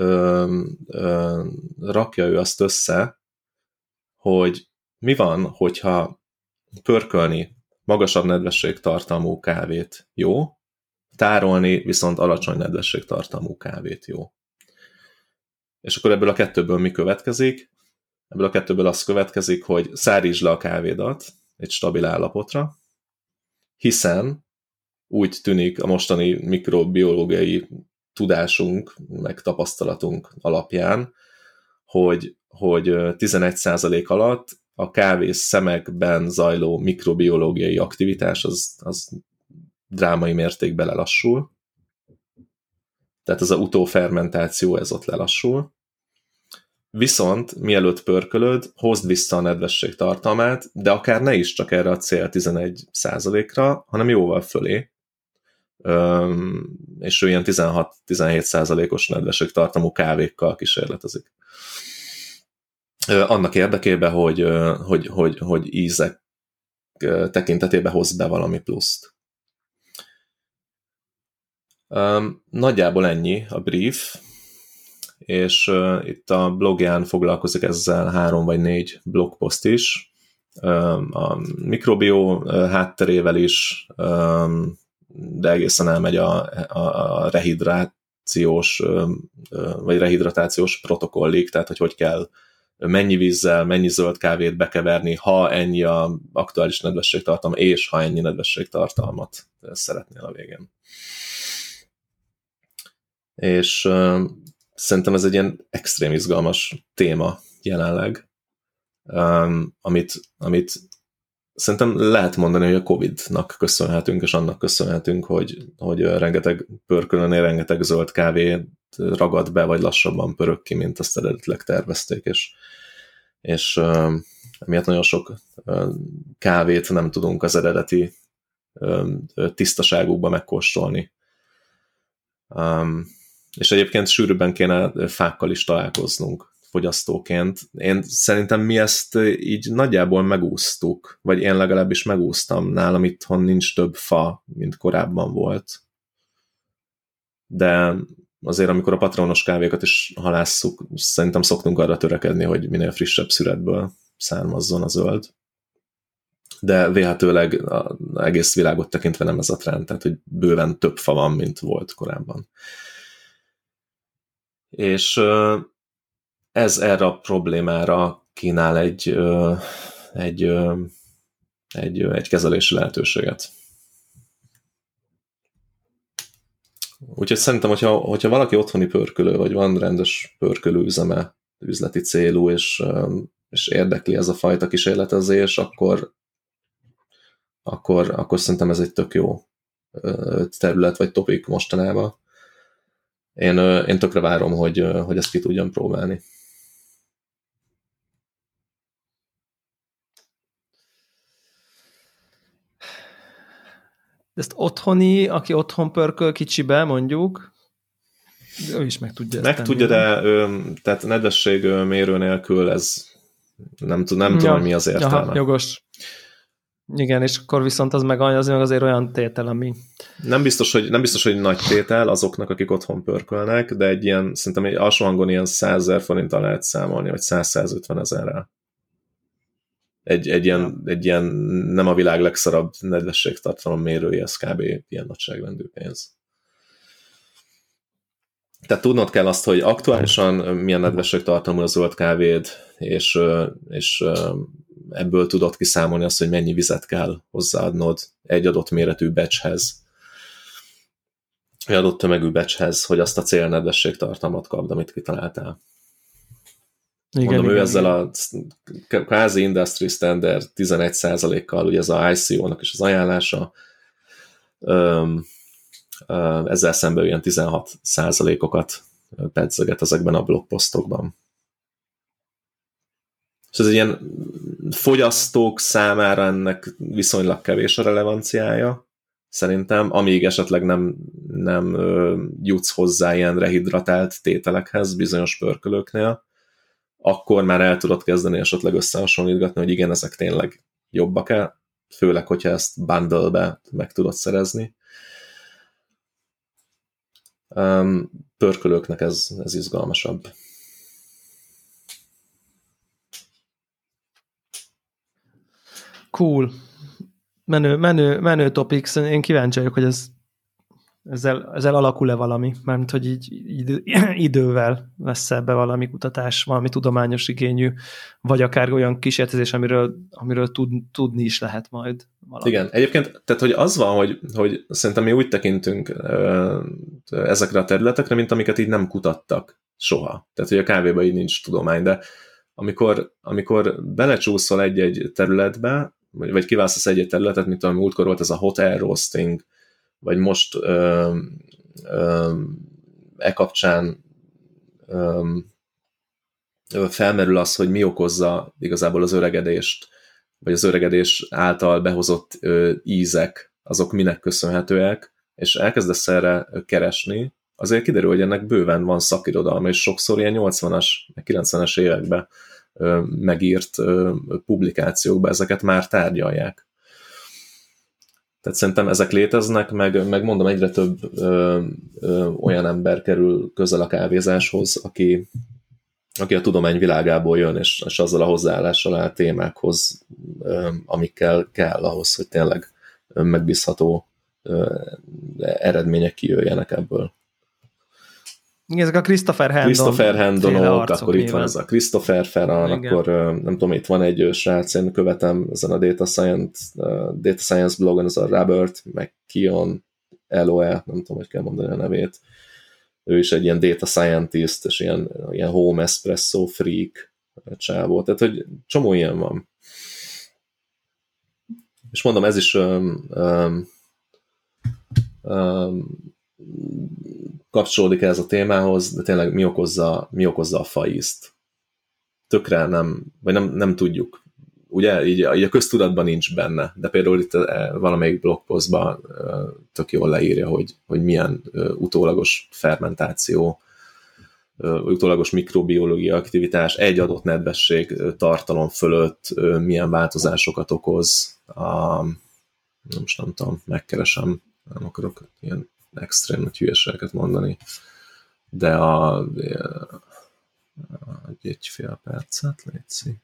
rakja ő azt össze, hogy mi van, hogyha pörkölni magasabb nedvességtartalmú kávét jó, tárolni viszont alacsony nedvességtartalmú kávét jó. És akkor ebből a kettőből mi következik? Ebből a kettőből az következik, hogy szárítsd le a kávédat egy stabil állapotra, hiszen úgy tűnik a mostani mikrobiológiai tudásunk, meg tapasztalatunk alapján, hogy 11% alatt a kávés szemekben zajló mikrobiológiai aktivitás az drámai mértékben lelassul. Tehát ez a utófermentáció, ez ott lelassul. Viszont mielőtt pörkölöd, hozd vissza a nedvesség tartalmát, de akár ne is csak erre a cél 11%-ra, hanem jóval fölé. És ő ilyen 16-17%-os nedvességtartalmú kávékkal kísérletezik. Annak érdekében, hogy ízek tekintetében hoz be valami pluszt. Nagyjából ennyi a brief, és itt a blogján foglalkozik ezzel 3 vagy 4 blogpost is, a mikrobió hátterével is, de egészen elmegy a rehidratációs vagy rehidratációs protokollig, tehát hogy kell mennyi vízzel, mennyi zöld kávét bekeverni, ha ennyi a aktuális nedvességtartalma, és ha ennyi nedvességtartalmat szeretnél a végén. És szerintem ez egy ilyen extrém izgalmas téma jelenleg, amit szerintem lehet mondani, hogy a Covid-nak köszönhetünk, és annak köszönhetünk, hogy rengeteg pörkölőnél rengeteg zöld kávé ragad be, vagy lassabban pörög ki, mint azt eredetileg tervezték, és emiatt nagyon sok kávét nem tudunk az eredeti tisztaságukba megkóstolni. És egyébként sűrűbben kéne fákkal is találkoznunk fogyasztóként. Én szerintem mi ezt így nagyjából megúsztuk, vagy én legalábbis megúsztam, nálam itthon nincs több fa, mint korábban volt. De azért, amikor a patronos kávékat is halásszuk, szerintem szoktunk arra törekedni, hogy minél frissebb szüretből származzon a zöld. De vélhetőleg az egész világot tekintve nem ez a trend, tehát hogy bőven több fa van, mint volt korábban. És ez erre a problémára kínál egy kezelési lehetőséget. Úgyhogy szerintem, hogyha valaki otthoni pörkölő, vagy van rendes pörkölőüzeme, üzleti célú, és érdekli ez a fajta kísérletezés, akkor szerintem ez egy tök jó terület, vagy topik mostanában. Én tökre várom, hogy ezt ki tudjam próbálni. Ezt otthoni, aki otthon pörköl kicsibe, mondjuk, ő is meg tudja ezt tenni. Tudja, de tehát nedvesség mérő nélkül ez nem tudom, hogy mi az értelme. Aha, jogos. Igen, és akkor viszont az meg azért olyan tétel, ami... Nem biztos, hogy nagy tétel azoknak, akik otthon pörkölnek, de szerintem egy alsó hangon ilyen 100 000 forinttal lehet számolni, vagy 100-150 000-rel. Egy ilyen nem a világ legszarabb nedvességtartalom mérője, ez kb. Ilyen nagyságrendű pénz. Tehát tudnod kell azt, hogy aktuálisan milyen nedvességtartalmú a zöld kávéd, és ebből tudod kiszámolni azt, hogy mennyi vizet kell hozzáadnod egy adott méretű batchhez, egy adott tömegű batchhez, hogy azt a célnedvességtartalmat kapd, amit kitaláltál. Mondom, ő ezzel a kvázi industry standard 11%-kal, ugye ez a ICO-nak is az ajánlása, ezzel szemben ilyen 16%-okat pedzeget ezekben a blogposztokban. És ez egy ilyen fogyasztók számára ennek viszonylag kevés a relevanciája, szerintem, amíg esetleg nem jutsz hozzá ilyen rehidratált tételekhez bizonyos pörkölőknél, akkor már el tudod kezdeni esetleg összehasonlítgatni, hogy igen, ezek tényleg jobbak-e, főleg, hogyha ezt bundle-be meg tudod szerezni. Pörkölőknek ez izgalmasabb. Cool. Menő topics. Én kíváncsi vagyok, hogy ezzel alakul-e valami, mármint, hogy így idővel lesz ebbe valami kutatás, valami tudományos igényű, vagy akár olyan kísérletezés, amiről tudni is lehet majd valami. Igen, egyébként, tehát hogy az van, hogy szerintem mi úgy tekintünk ezekre a területekre, mint amiket így nem kutattak soha. Tehát, hogy a kávéban így nincs tudomány, de amikor belecsúszol egy-egy területbe, vagy kiválasztasz egy-egy területet, mint ami múltkor volt ez a hot air roasting, vagy most kapcsán felmerül az, hogy mi okozza igazából az öregedést, vagy az öregedés által behozott ízek, azok minek köszönhetőek, és elkezdesz erre keresni, azért kiderül, hogy ennek bőven van szakirodalma, és sokszor ilyen 80-as, 90-es években megírt publikációkban ezeket már tárgyalják. Tehát szerintem ezek léteznek, meg mondom, egyre több olyan ember kerül közel a kávézáshoz, aki a tudomány világából jön, és azzal a hozzáállással áll témákhoz, amikkel kell ahhoz, hogy tényleg megbízható eredmények kijöjjenek ebből. Ezek a Christopher Handonok, akkor itt van ez a Christopher Ferran, akkor nem tudom, itt van egy srác, én követem ezen a Data Science blogon, ez a Robert McKeon, LOE, nem tudom, hogy kell mondani a nevét. Ő is egy ilyen data scientist, és ilyen home espresso freak csávó. Tehát, hogy csomó ilyen van. És mondom, ez is kapcsolódik ez a témához, de tényleg mi okozza a faízt. Tökre nem tudjuk. Ugye, így a köztudatban nincs benne, de például itt valamelyik blogpostban tök jól leírja, hogy milyen utólagos fermentáció, utólagos mikrobiológiai aktivitás egy adott nedvesség tartalom fölött milyen változásokat okoz. Most nem tudom, megkeresem, nem akarok ilyen extrém nagy hülyeségeket mondani, de egy fél percet, létszik.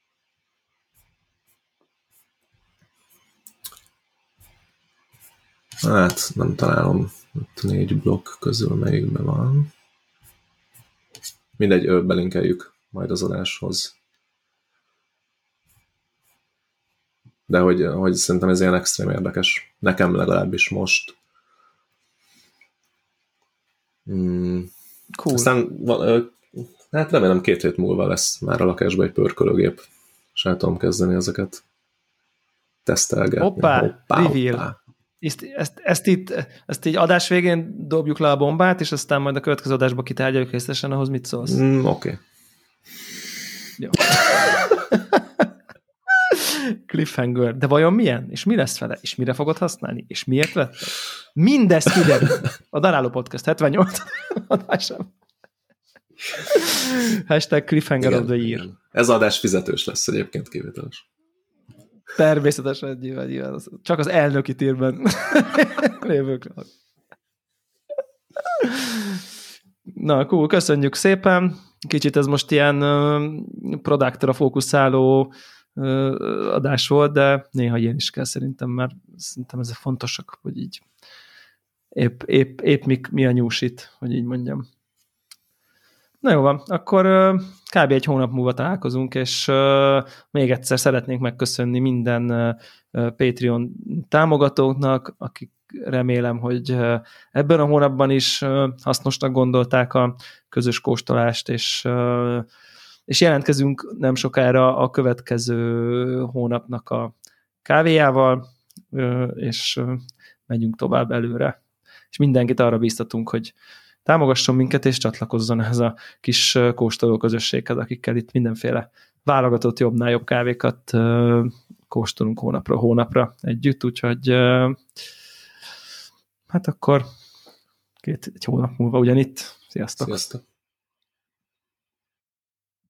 Hát nem találom, ott 4 blokk közül melyikben van. Mindegy, belinkeljük majd az adáshoz. De hogy szerintem ez ilyen extrém érdekes. Nekem legalábbis most. Cool. Aztán hát remélem 2 hét múlva lesz már a lakásban egy pörkölőgép, és el tudom kezdeni ezeket tesztelgetni. Hoppá, reveal. Ezt így adás végén dobjuk le a bombát, és aztán majd a következő adásba kitárgyaljuk részletesen, ahhoz mit szólsz? Oké. Jó. Cliffhanger. De vajon milyen? És mi lesz vele? És mire fogod használni? És miért vetted? Mindezt kiderül. A Daráló Podcast 78 adásában. #Cliffhanger of the Year. Ez adás fizetős lesz egyébként, kivételes. Természetesen nyilván. Csak az elnöki térben lévők. Na, cool, köszönjük szépen. Kicsit ez most ilyen produktra fókuszáló adás volt, de néha ilyen is kell szerintem, mert szerintem ezek fontosak, hogy így épp mi a nyúsit, hogy így mondjam. Na jó van, akkor kb. 1 hónap múlva találkozunk, és még egyszer szeretnénk megköszönni minden Patreon támogatóknak, akik remélem, hogy ebben a hónapban is hasznosnak gondolták a közös kóstolást, és jelentkezünk nem sokára a következő hónapnak a kávéjával, és megyünk tovább előre. és mindenkit arra bíztatunk, hogy támogasson minket, és csatlakozzon ehhez a kis kóstoló közösséghez, akikkel itt mindenféle válogatott jobbnál jobb kávékat kóstolunk hónapra együtt, úgyhogy hát akkor egy hónap múlva ugyanitt. Sziasztok! Sziasztok!